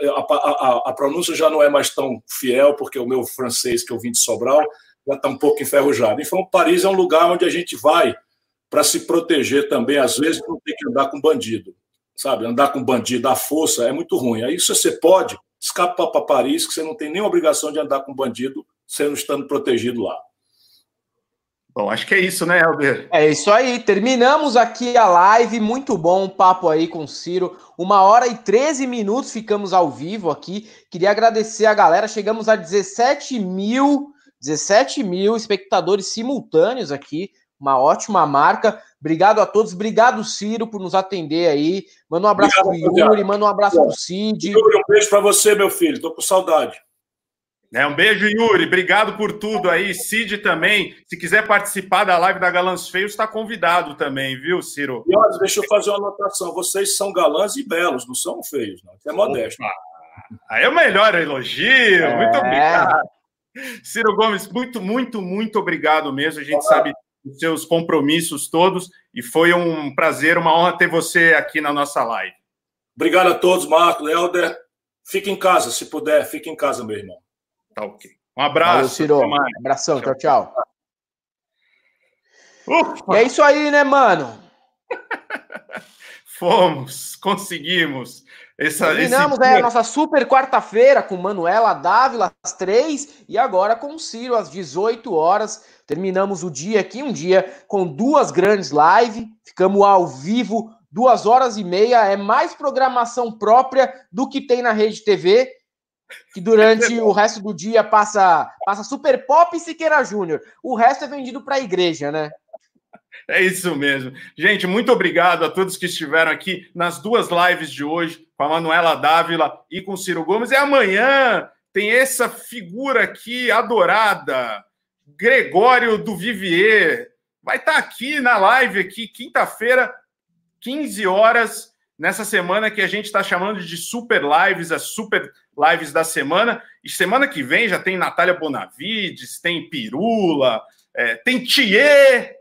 A pronúncia já não é mais tão fiel, porque o meu francês, que eu vim de Sobral, já está um pouco enferrujado. Então, Paris é um lugar onde a gente vai para se proteger também, às vezes, não ter que andar com bandido, sabe? Andar com bandido à força é muito ruim. Aí, se você pode, escapa para Paris, que você não tem nenhuma obrigação de andar com bandido, estando protegido lá. Bom, acho que é isso, né, Helder? É isso aí. Terminamos aqui a live. Muito bom papo aí com o Ciro. 1h13, ficamos ao vivo aqui. Queria agradecer a galera. Chegamos a 17 mil espectadores simultâneos aqui. Uma ótima marca. Obrigado a todos. Obrigado, Ciro, por nos atender aí. Manda um abraço pro Yuri, manda um abraço pro Cid. Yuri, um beijo para você, meu filho. Tô com saudade. Um beijo, Yuri. Obrigado por tudo aí. Cid também. Se quiser participar da live da Galãs Feios, está convidado também, viu, Ciro? E olha, deixa eu fazer uma anotação. Vocês são galãs e belos, não são feios, não. É modesto. Aí é o melhor elogio. Muito obrigado. Ciro Gomes, muito obrigado mesmo. A gente sabe os seus compromissos todos e foi um prazer, uma honra ter você aqui na nossa live. Obrigado a todos, Marco, Helder. Fique em casa, se puder. Fique em casa, meu irmão. Tá ok. Um abraço. Valeu, Ciro. Abração, tchau. E é isso aí, né, mano? Conseguimos. Terminamos a nossa super quarta-feira com Manuela Dávila às 3 e agora com o Ciro às 18 horas. Terminamos o dia aqui, um dia com 2 grandes lives. Ficamos ao vivo 2h30. É mais programação própria do que tem na Rede TV, que durante o resto do dia passa Super Pop e Siqueira Júnior. O resto é vendido para a igreja, né? É isso mesmo. Gente, muito obrigado a todos que estiveram aqui nas duas lives de hoje, com a Manuela Dávila e com o Ciro Gomes. E amanhã tem essa figura aqui adorada, Gregório do Vivier. Vai estar aqui na live, aqui, quinta-feira, 15 horas, nessa semana que a gente está chamando de Super Lives, as Super Lives da semana. E semana que vem já tem Natália Bonavides, tem Pirula, tem Thier.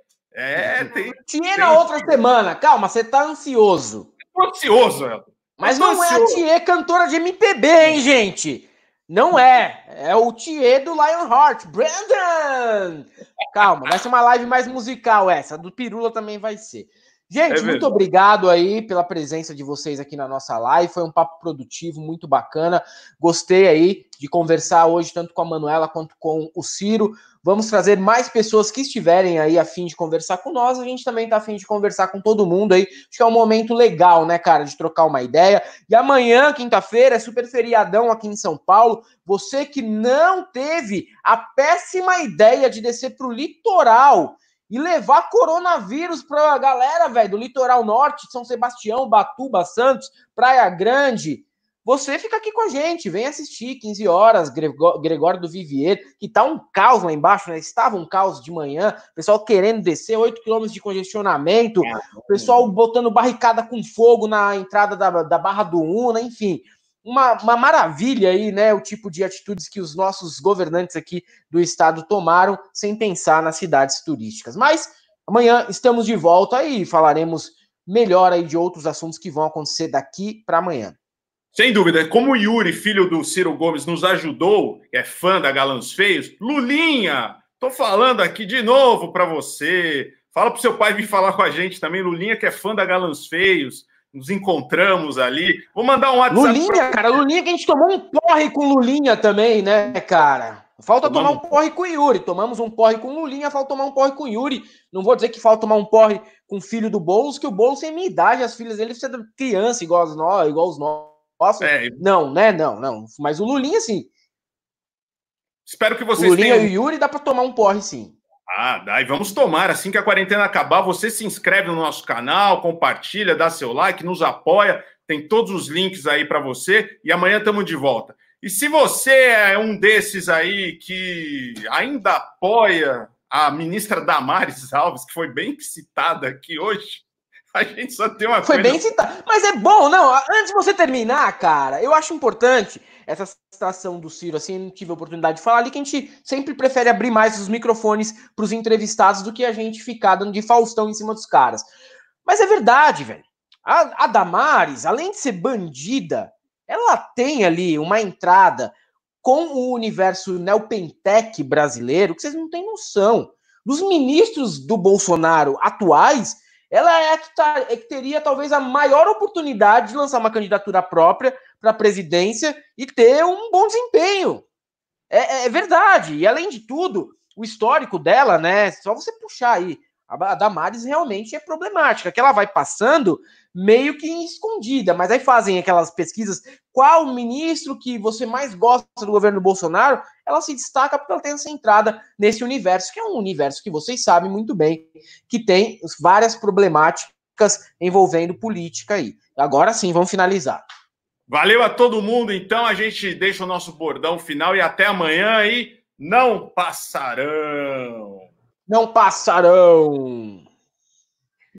Thier na outra semana. Calma, você tá ansioso. Tô ansioso, Helder. Mas não é a Thier cantora de MPB, hein, gente? Não é. É o Thier do Lionheart. Brandon! Calma, vai ser uma live mais musical essa. Do Pirula também vai ser. Gente, muito obrigado aí pela presença de vocês aqui na nossa live. Foi um papo produtivo, muito bacana. Gostei aí de conversar hoje tanto com a Manuela quanto com o Ciro. Vamos trazer mais pessoas que estiverem aí a fim de conversar com nós. A gente também tá a fim de conversar com todo mundo aí. Acho que é um momento legal, né, cara, de trocar uma ideia. E amanhã, quinta-feira, é super feriadão aqui em São Paulo. Você que não teve a péssima ideia de descer pro litoral e levar coronavírus pra galera, velho, do litoral norte, São Sebastião, Batuba, Santos, Praia Grande. Você fica aqui com a gente, vem assistir, 15 horas, Gregório do Vivier, que tá um caos lá embaixo, né? Estava um caos de manhã, pessoal querendo descer, 8 quilômetros de congestionamento, o pessoal botando barricada com fogo na entrada da Barra do Una, enfim. Uma maravilha aí, né? O tipo de atitudes que os nossos governantes aqui do estado tomaram sem pensar nas cidades turísticas. Mas amanhã estamos de volta e falaremos melhor aí de outros assuntos que vão acontecer daqui para amanhã. Sem dúvida. Como o Yuri, filho do Ciro Gomes, nos ajudou, é fã da Galãs Feios, Lulinha, tô falando aqui de novo para você. Fala pro seu pai vir falar com a gente também, Lulinha, que é fã da Galãs Feios. Nos encontramos ali. Vou mandar um WhatsApp. Lulinha, cara, Lulinha que a gente tomou um porre com Lulinha também, né, cara? Falta tomar um porre com o Yuri. Tomamos um porre com Lulinha, falta tomar um porre com o Yuri. Não vou dizer que falta tomar um porre com o filho do Boulos, que o Boulos tem minha idade, as filhas dele precisam de criança igual os nossos. Não, né? Não. Mas o Lulinha, sim. Espero que vocês Lulinha e o Yuri dá pra tomar um porre, sim. Dá, e vamos tomar, assim que a quarentena acabar, você se inscreve no nosso canal, compartilha, dá seu like, nos apoia, tem todos os links aí para você, e amanhã estamos de volta. E se você é um desses aí que ainda apoia a ministra Damares Alves, que foi bem citada aqui hoje, a gente só tem uma Foi bem citada, mas é bom, não, antes de você terminar, cara, eu acho importante essa citação do Ciro, assim, eu não tive a oportunidade de falar ali, que a gente sempre prefere abrir mais os microfones para os entrevistados do que a gente ficar dando de Faustão em cima dos caras. Mas é verdade, velho. A Damares, além de ser bandida, ela tem ali uma entrada com o universo neopentec brasileiro que vocês não têm noção. Dos ministros do Bolsonaro atuais, ela é que teria talvez a maior oportunidade de lançar uma candidatura própria para a presidência e ter um bom desempenho. É verdade. E além de tudo, o histórico dela, né? Só você puxar aí. A Damares realmente é problemática, que ela vai passando meio que escondida, mas aí fazem aquelas pesquisas, qual ministro que você mais gosta do governo Bolsonaro, ela se destaca porque ela tem essa entrada nesse universo, que é um universo que vocês sabem muito bem, que tem várias problemáticas envolvendo política aí. Agora sim, vamos finalizar. Valeu a todo mundo, então a gente deixa o nosso bordão final e até amanhã e não passarão. Não passarão.